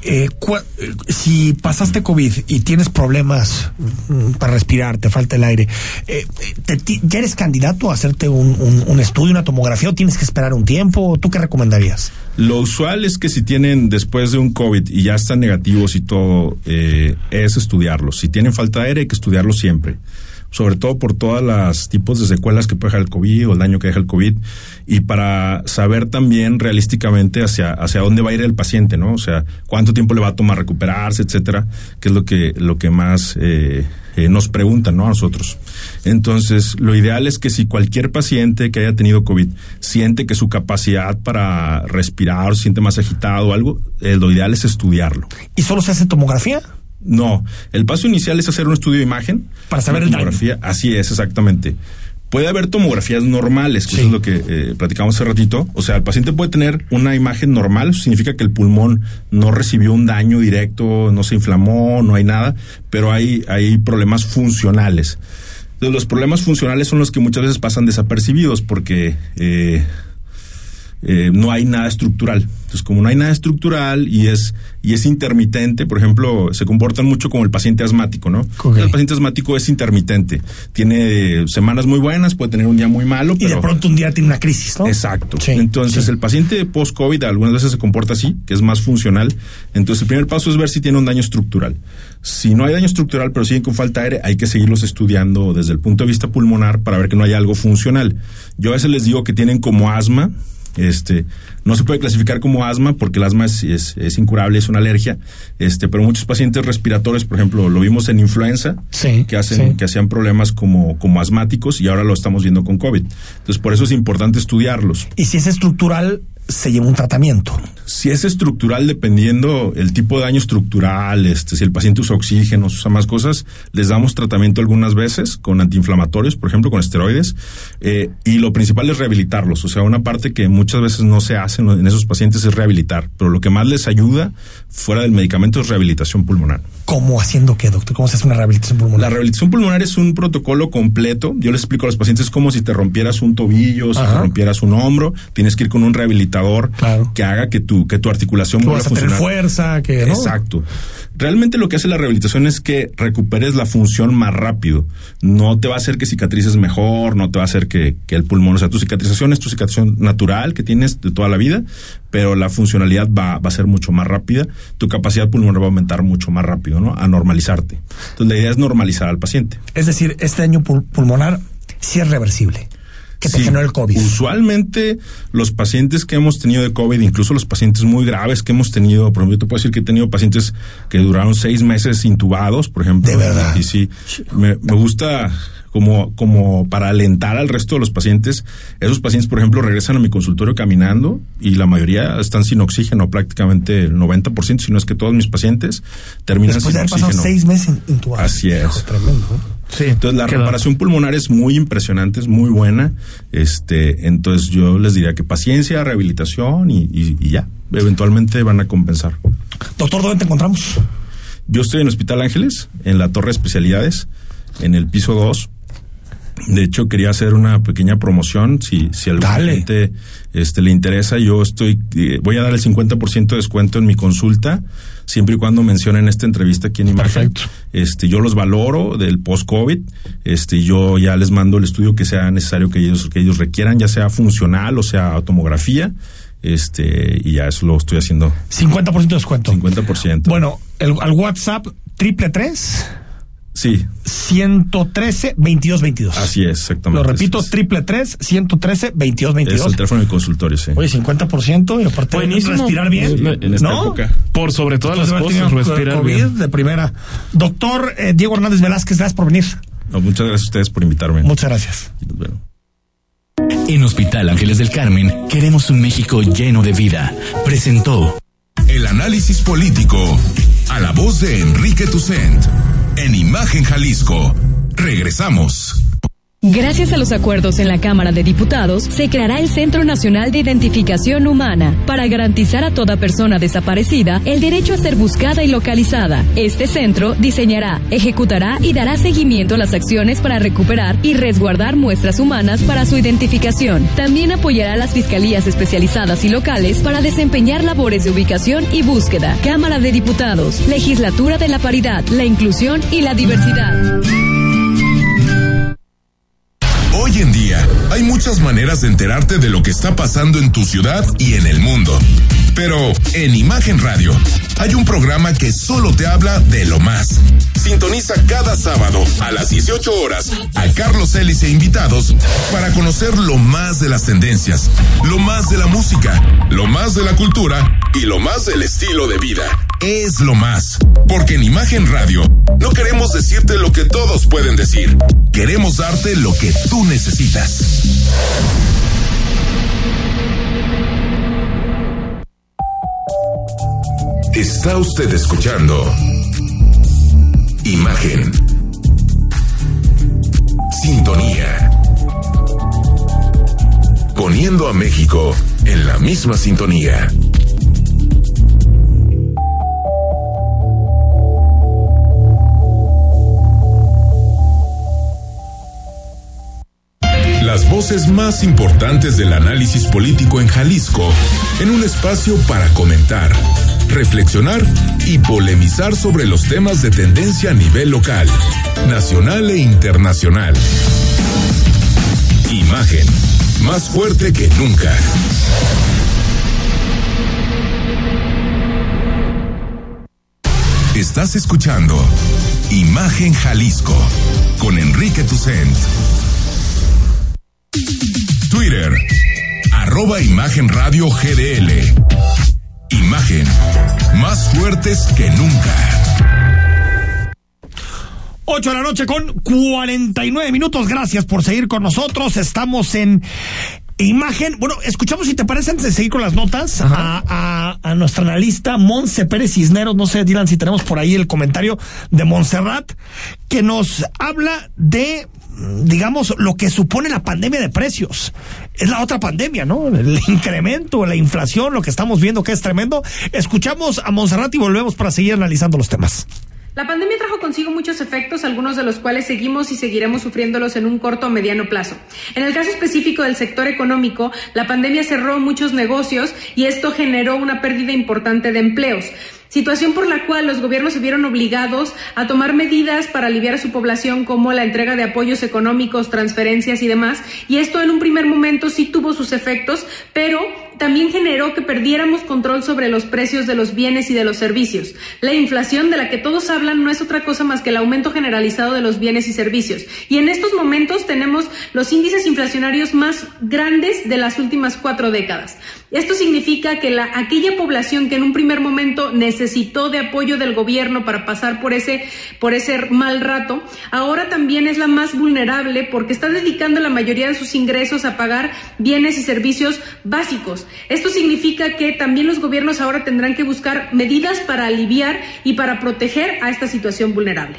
si pasaste COVID y tienes problemas para respirar, te falta el aire, ¿ya eres candidato a hacerte un estudio, una tomografía, o tienes que esperar un tiempo? ¿Tú qué recomendarías? Lo usual es que si tienen después de un COVID y ya están negativos y todo, es estudiarlos. Si tienen falta de aire hay que estudiarlos siempre, sobre todo por todas las tipos de secuelas que puede dejar el COVID o el daño que deja el COVID, y para saber también realísticamente hacia dónde va a ir el paciente, ¿no? O sea, cuánto tiempo le va a tomar recuperarse, etcétera, que es lo que más nos preguntan, ¿no? A nosotros. Entonces, lo ideal es que si cualquier paciente que haya tenido COVID siente que su capacidad para respirar o se siente más agitado o algo, lo ideal es estudiarlo. ¿Y solo se hace tomografía? No, el paso inicial es hacer un estudio de imagen. Para saber el daño. Así es, exactamente. Puede haber tomografías normales, que eso es lo que platicamos hace ratito. O sea, el paciente puede tener una imagen normal, eso significa que el pulmón no recibió un daño directo, no se inflamó, no hay nada, pero hay problemas funcionales. Entonces, los problemas funcionales son los que muchas veces pasan desapercibidos porque no hay nada estructural. Entonces, como no hay nada estructural y es intermitente, por ejemplo, se comportan mucho como el paciente asmático, ¿no? Okay. El paciente asmático es intermitente. Tiene semanas muy buenas, puede tener un día muy malo. Y de pronto un día tiene una crisis, ¿no? Exacto. Sí, entonces, el paciente post-COVID algunas veces se comporta así, que es más funcional. Entonces, el primer paso es ver si tiene un daño estructural. Si no hay daño estructural, pero siguen con falta de aire, hay que seguirlos estudiando desde el punto de vista pulmonar para ver que no haya algo funcional. Yo a veces les digo que tienen como asma. No se puede clasificar como asma porque el asma es incurable, es una alergia, pero muchos pacientes respiratorios, por ejemplo, lo vimos en influenza, que hacían problemas como asmáticos y ahora lo estamos viendo con COVID. Entonces, por eso es importante estudiarlos. Y si es estructural, se lleva un tratamiento. Si es estructural, dependiendo el tipo de daño estructural, si el paciente usa oxígeno, usa más cosas, les damos tratamiento algunas veces con antiinflamatorios, por ejemplo, con esteroides, y lo principal es rehabilitarlos. O sea, una parte que muchas veces no se hace en esos pacientes es rehabilitar, pero lo que más les ayuda fuera del medicamento es rehabilitación pulmonar. ¿Cómo haciendo qué, doctor? ¿Cómo se hace una rehabilitación pulmonar? La rehabilitación pulmonar es un protocolo completo. Yo les explico a los pacientes como si te rompieras un tobillo, si te rompieras un hombro, tienes que ir con un rehabilitador que haga que tu articulación vuelva a funcionar. Tener fuerza, que ¿no? Exacto. Realmente lo que hace la rehabilitación es que recuperes la función más rápido. No te va a hacer que cicatrices mejor, no te va a hacer que el pulmón, o sea, tu cicatrización es tu cicatrización natural que tienes de toda la vida, pero la funcionalidad va a ser mucho más rápida, tu capacidad pulmonar va a aumentar mucho más rápido, ¿no? A normalizarte. Entonces la idea es normalizar al paciente. Es decir, este daño pulmonar sí es reversible. Que te generó el COVID. Usualmente los pacientes que hemos tenido de COVID, incluso los pacientes muy graves que hemos tenido, por ejemplo, yo te puedo decir que he tenido pacientes que duraron 6 meses intubados, por ejemplo. De verdad. Y sí, me gusta como para alentar al resto de los pacientes. Esos pacientes, por ejemplo, regresan a mi consultorio caminando y la mayoría están sin oxígeno, prácticamente el 90%, si no es que todos mis pacientes terminan sin oxígeno. Después de haber pasado 6 meses intubados. Así es. Tremendo, ¿no? Sí, entonces la reparación pulmonar es muy impresionante, es muy buena. Entonces yo les diría que paciencia, rehabilitación y ya, eventualmente van a compensar. Doctor, ¿dónde te encontramos? Yo estoy en Hospital Ángeles, en la Torre de Especialidades, en el piso 2. De hecho, quería hacer una pequeña promoción, si algún cliente le interesa. Yo voy a dar el 50% de descuento en mi consulta, siempre y cuando mencionen esta entrevista aquí en Imagen. Perfecto. Yo los valoro del post-COVID. Yo ya les mando el estudio que sea necesario que ellos requieran, ya sea funcional o sea tomografía. Y ya eso lo estoy haciendo. 50% de descuento. 50%. Bueno, al WhatsApp 333. Sí. 113-2222. Así es, exactamente. Lo repito, 333-113-2222. Es el teléfono de consultorio, sí. Oye, 50% y aparte respirar bien. En esta época. Por sobre todas las cosas, respirar COVID bien. De primera. Doctor Diego Hernández Velázquez, gracias por venir. No, muchas gracias a ustedes por invitarme. Muchas gracias. Bueno. En Hospital Ángeles del Carmen queremos un México lleno de vida. Presentó el análisis político a la voz de Enrique Tucent en Imagen Jalisco. Regresamos. Gracias a los acuerdos en la Cámara de Diputados, se creará el Centro Nacional de Identificación Humana para garantizar a toda persona desaparecida el derecho a ser buscada y localizada. Este centro diseñará, ejecutará y dará seguimiento a las acciones para recuperar y resguardar muestras humanas para su identificación. También apoyará a las fiscalías especializadas y locales para desempeñar labores de ubicación y búsqueda. Cámara de Diputados, Legislatura de la Paridad, la Inclusión y la Diversidad. Hoy en día hay muchas maneras de enterarte de lo que está pasando en tu ciudad y en el mundo. Pero en Imagen Radio hay un programa que solo te habla de lo más. Sintoniza cada sábado a las 18 horas a Carlos Ellis e invitados para conocer lo más de las tendencias, lo más de la música, lo más de la cultura y lo más del estilo de vida. Es lo más, porque en Imagen Radio no queremos decirte lo que todos pueden decir. Queremos darte lo que tú necesitas. Está usted escuchando Imagen. Sintonía poniendo a México en la misma sintonía. Las voces más importantes del análisis político en Jalisco, en un espacio para comentar, reflexionar y polemizar sobre los temas de tendencia a nivel local, nacional e internacional. Imagen, más fuerte que nunca. Estás escuchando Imagen Jalisco con Enrique Tucent. Twitter, @Imagen Radio GDL. Imagen, más fuertes que nunca. 8 de la noche con 49 minutos. Gracias por seguir con nosotros. Estamos en Imagen. Bueno, escuchamos, si te parece, antes de seguir con las notas, a nuestra analista Montse Pérez Cisneros. No sé, Dylan, si tenemos por ahí el comentario de Montserrat, que nos habla de, digamos, lo que supone la pandemia de precios. Es la otra pandemia, ¿no? El incremento, la inflación, lo que estamos viendo, que es tremendo. Escuchamos a Montserrat y volvemos para seguir analizando los temas. La pandemia trajo consigo muchos efectos, algunos de los cuales seguimos y seguiremos sufriéndolos en un corto o mediano plazo. En el caso específico del sector económico, la pandemia cerró muchos negocios y esto generó una pérdida importante de empleos. Situación por la cual los gobiernos se vieron obligados a tomar medidas para aliviar a su población, como la entrega de apoyos económicos, transferencias y demás, y esto en un primer momento sí tuvo sus efectos, pero también generó que perdiéramos control sobre los precios de los bienes y de los servicios. La inflación de la que todos hablan no es otra cosa más que el aumento generalizado de los bienes y servicios, y en estos momentos tenemos los índices inflacionarios más grandes de las últimas 4 décadas. Esto significa que aquella población que en un primer momento necesitó de apoyo del gobierno para pasar por ese mal rato, ahora también es la más vulnerable porque está dedicando la mayoría de sus ingresos a pagar bienes y servicios básicos. Esto significa que también los gobiernos ahora tendrán que buscar medidas para aliviar y para proteger a esta situación vulnerable.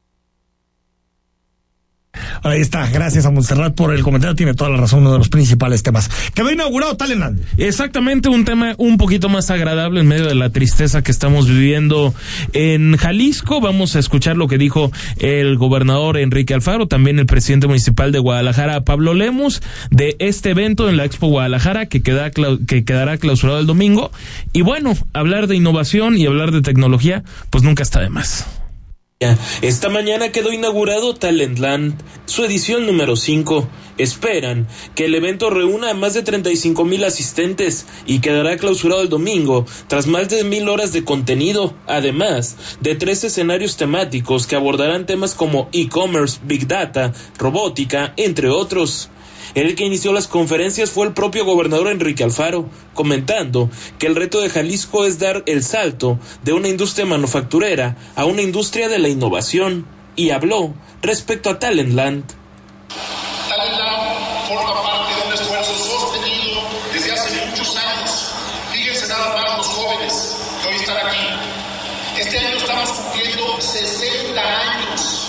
Ahí está, gracias a Montserrat por el comentario, tiene toda la razón, uno de los principales temas. Quedó inaugurado Talentland. Exactamente, un tema un poquito más agradable en medio de la tristeza que estamos viviendo en Jalisco. Vamos a escuchar lo que dijo el gobernador Enrique Alfaro, también el presidente municipal de Guadalajara, Pablo Lemus, de este evento en la Expo Guadalajara que quedará clausurado el domingo. Y bueno, hablar de innovación y hablar de tecnología, pues nunca está de más. Esta mañana quedó inaugurado Talentland, su edición número 5. Esperan que el evento reúna a más de 35,000 asistentes y quedará clausurado el domingo tras más de 1,000 horas de contenido, además de 3 escenarios temáticos que abordarán temas como e-commerce, big data, robótica, entre otros. El que inició las conferencias fue el propio gobernador Enrique Alfaro, comentando que el reto de Jalisco es dar el salto de una industria manufacturera a una industria de la innovación, y habló respecto a Talentland. Talentland forma parte de un esfuerzo sostenido desde hace muchos años. Fíjense nada más los jóvenes que hoy están aquí. Este año estamos cumpliendo 60 años.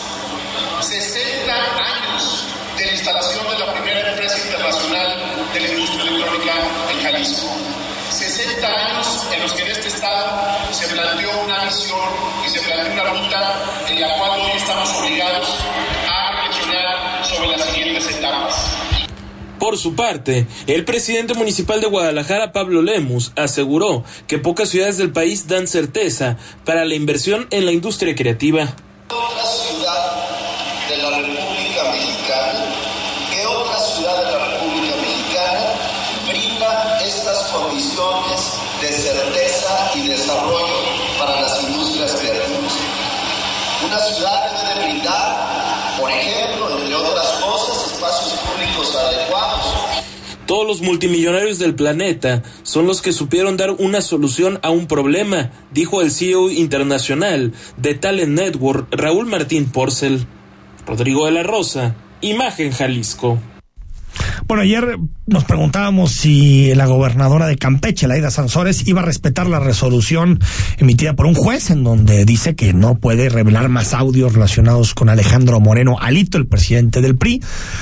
60 años de la instalación de la primera empresa internacional de la industria electrónica en Jalisco. 60 años en los que en este estado se planteó una visión y se planteó una ruta en la cual hoy estamos obligados a reflexionar sobre las siguientes etapas. Por su parte, el presidente municipal de Guadalajara, Pablo Lemus, aseguró que pocas ciudades del país dan certeza para la inversión en la industria creativa. Otra ciudad de la República Mexicana, ¿qué otra ciudad de la República Mexicana brinda estas condiciones de certeza y desarrollo para las industrias creativas? Una ciudad debe brindar, por ejemplo, entre otras cosas, espacios públicos adecuados. Todos los multimillonarios del planeta son los que supieron dar una solución a un problema, dijo el CEO internacional de Talent Network, Raúl Martín Porcel. Rodrigo de la Rosa, Imagen Jalisco. Bueno, ayer nos preguntábamos si la gobernadora de Campeche, Laida Sansores, iba a respetar la resolución emitida por un juez en donde dice que no puede revelar más audios relacionados con Alejandro Moreno Alito, el presidente del PRI.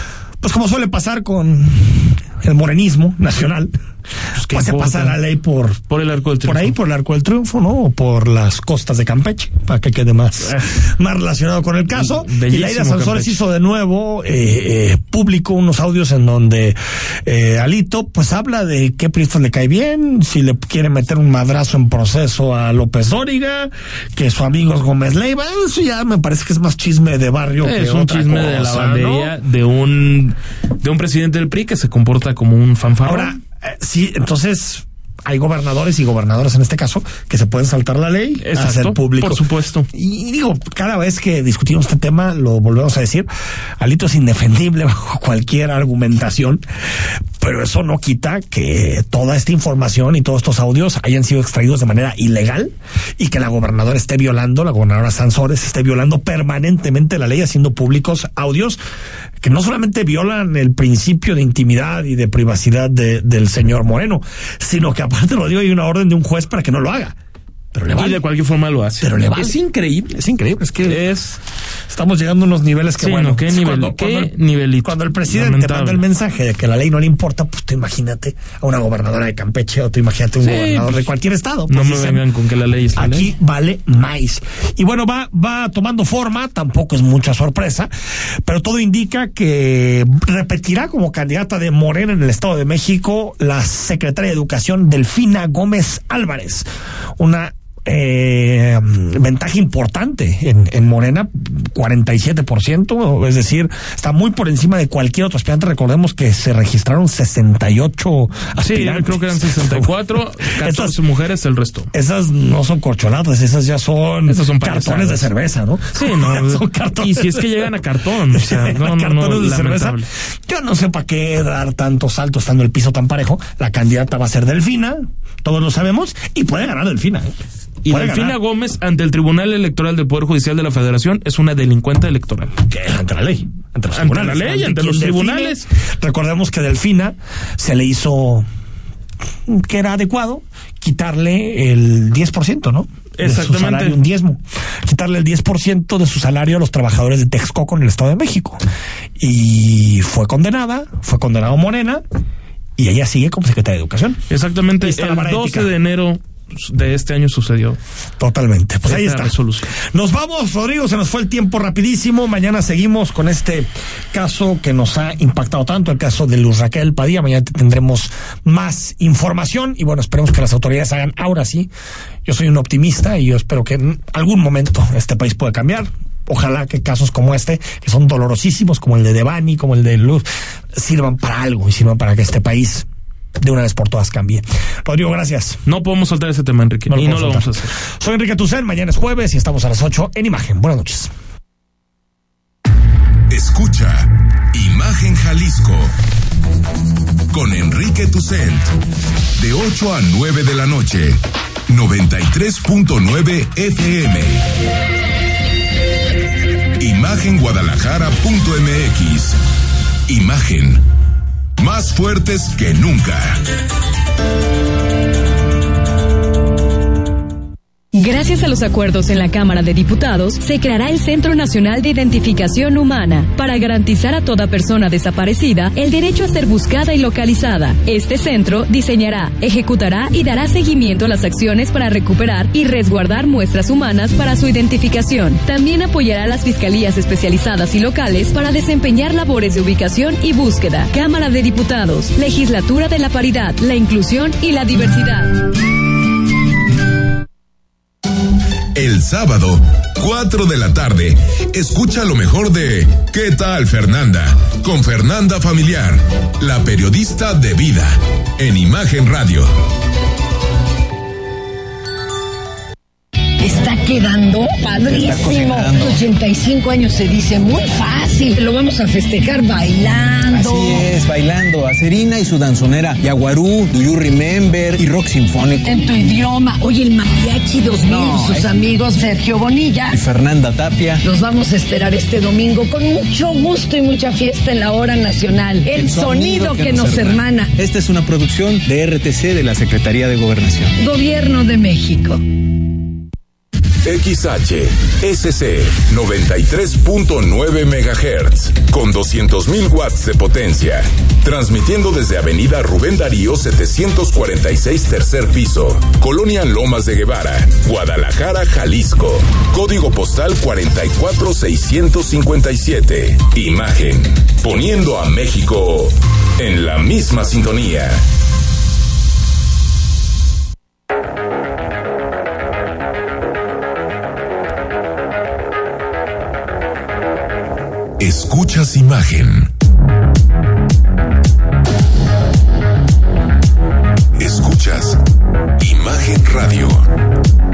pues como suele pasar con el morenismo nacional, pues se pasa la ley por el Arco del Triunfo. Por ahí, por el Arco del Triunfo, ¿no? O por las costas de Campeche, para que quede más relacionado con el caso. Y Laida Sansores hizo de nuevo público unos audios en donde Alito pues habla de qué priistas le cae bien, si le quiere meter un madrazo en proceso a López Dóriga, que su amigo es Gómez Leiva. Eso ya me parece que es más chisme de barrio que es un otra chisme cosa, de lavandería, ¿no? de un presidente del PRI que se comporta como un fanfarrón. Ahora, sí, entonces hay gobernadores y gobernadoras en este caso que se pueden saltar la ley, hacer público. Por supuesto. Y digo, cada vez que discutimos este tema, lo volvemos a decir, Alito es indefendible bajo cualquier argumentación, pero eso no quita que toda esta información y todos estos audios hayan sido extraídos de manera ilegal y que la gobernadora Sansores esté violando permanentemente la ley, haciendo públicos audios que no solamente violan el principio de intimidad y de privacidad del señor Moreno, sino que aparte lo digo, hay una orden de un juez para que no lo haga. Pero le vale. Y de cualquier forma lo hace. Pero le vale. Es increíble. Es que estamos llegando a unos niveles que, sí, bueno, no, ¿qué nivelito? Cuando el presidente manda el mensaje de que la ley no le importa, pues tú imagínate a una gobernadora de Campeche o tú imagínate a un gobernador de cualquier estado. Pues no me vengan con que la ley es la ley. Aquí vale más. Y bueno, va tomando forma, tampoco es mucha sorpresa, pero todo indica que repetirá como candidata de Morena en el Estado de México la secretaria de Educación Delfina Gómez Álvarez. Una ventaja importante en Morena, 47%, es decir, está muy por encima de cualquier otro aspirante. Recordemos que se registraron 68 aspirantes. Sí, creo que eran 64, 14 mujeres, el resto. Esas no son corcholatas, esas son cartones de cerveza, ¿no? Sí, no. Son cartones. Y si es que llegan a cartón, o sea, no, de cerveza. Yo no sé para qué dar tantos saltos estando el piso tan parejo. La candidata va a ser Delfina, todos lo sabemos, y puede ganar Delfina, Y Delfina Gómez, ante el Tribunal Electoral del Poder Judicial de la Federación, es una delincuente electoral. ¿Qué? Ante la ley. Ante los tribunales. Recordemos que Delfina se le hizo que era adecuado quitarle el 10%, ¿no? De su salario, un diezmo. Quitarle el 10% de su salario a los trabajadores de Texcoco en el Estado de México. Y fue condenado Morena, y ella sigue como secretaria de Educación. Exactamente, el 12 de enero de este año sucedió. Totalmente. Pues ahí está. Resolución. Nos vamos, Rodrigo, se nos fue el tiempo rapidísimo. Mañana seguimos con este caso que nos ha impactado tanto, el caso de Luz Raquel Padilla. Mañana tendremos más información y bueno, esperemos que las autoridades hagan ahora sí. Yo soy un optimista y yo espero que en algún momento este país pueda cambiar. Ojalá que casos como este, que son dolorosísimos, como el de Devani, como el de Luz, sirvan para algo y sirvan para que este país de una vez por todas cambie. Rodrigo, gracias. No podemos soltar ese tema, Enrique. No lo vamos a hacer. Soy Enrique Tucen, mañana es jueves y estamos a las 8 en Imagen. Buenas noches. Escucha Imagen Jalisco con Enrique Tucent de 8 a 9 de la noche, 93.9 FM. Imagenguadalajara.mx. Imagen. Más fuertes que nunca. Gracias a los acuerdos en la Cámara de Diputados, se creará el Centro Nacional de Identificación Humana para garantizar a toda persona desaparecida el derecho a ser buscada y localizada. Este centro diseñará, ejecutará y dará seguimiento a las acciones para recuperar y resguardar muestras humanas para su identificación. También apoyará a las fiscalías especializadas y locales para desempeñar labores de ubicación y búsqueda. Cámara de Diputados, Legislatura de la Paridad, la Inclusión y la Diversidad. El sábado, 4 de la tarde, escucha lo mejor de ¿Qué tal, Fernanda? Con Fernanda Familiar, la periodista de vida, en Imagen Radio. Está quedando padrísimo. 85 años se dice muy fácil. Lo vamos a festejar bailando. Así es, bailando. Acerina y su danzonera Yaguarú, Do You Remember y Rock Sinfónico. En tu idioma. Oye, el Mariachi 2000, sus amigos Sergio Bonilla y Fernanda Tapia. Los vamos a esperar este domingo con mucho gusto y mucha fiesta en la hora nacional. El sonido que nos hermana. Esta es una producción de RTC de la Secretaría de Gobernación. Gobierno de México. XH, SC, 93.9 MHz, con 200.000 watts de potencia. Transmitiendo desde Avenida Rubén Darío 746, tercer piso, Colonia Lomas de Guevara, Guadalajara, Jalisco. Código postal 44657. Imagen, poniendo a México en la misma sintonía. Escuchas Imagen. Escuchas Imagen Radio.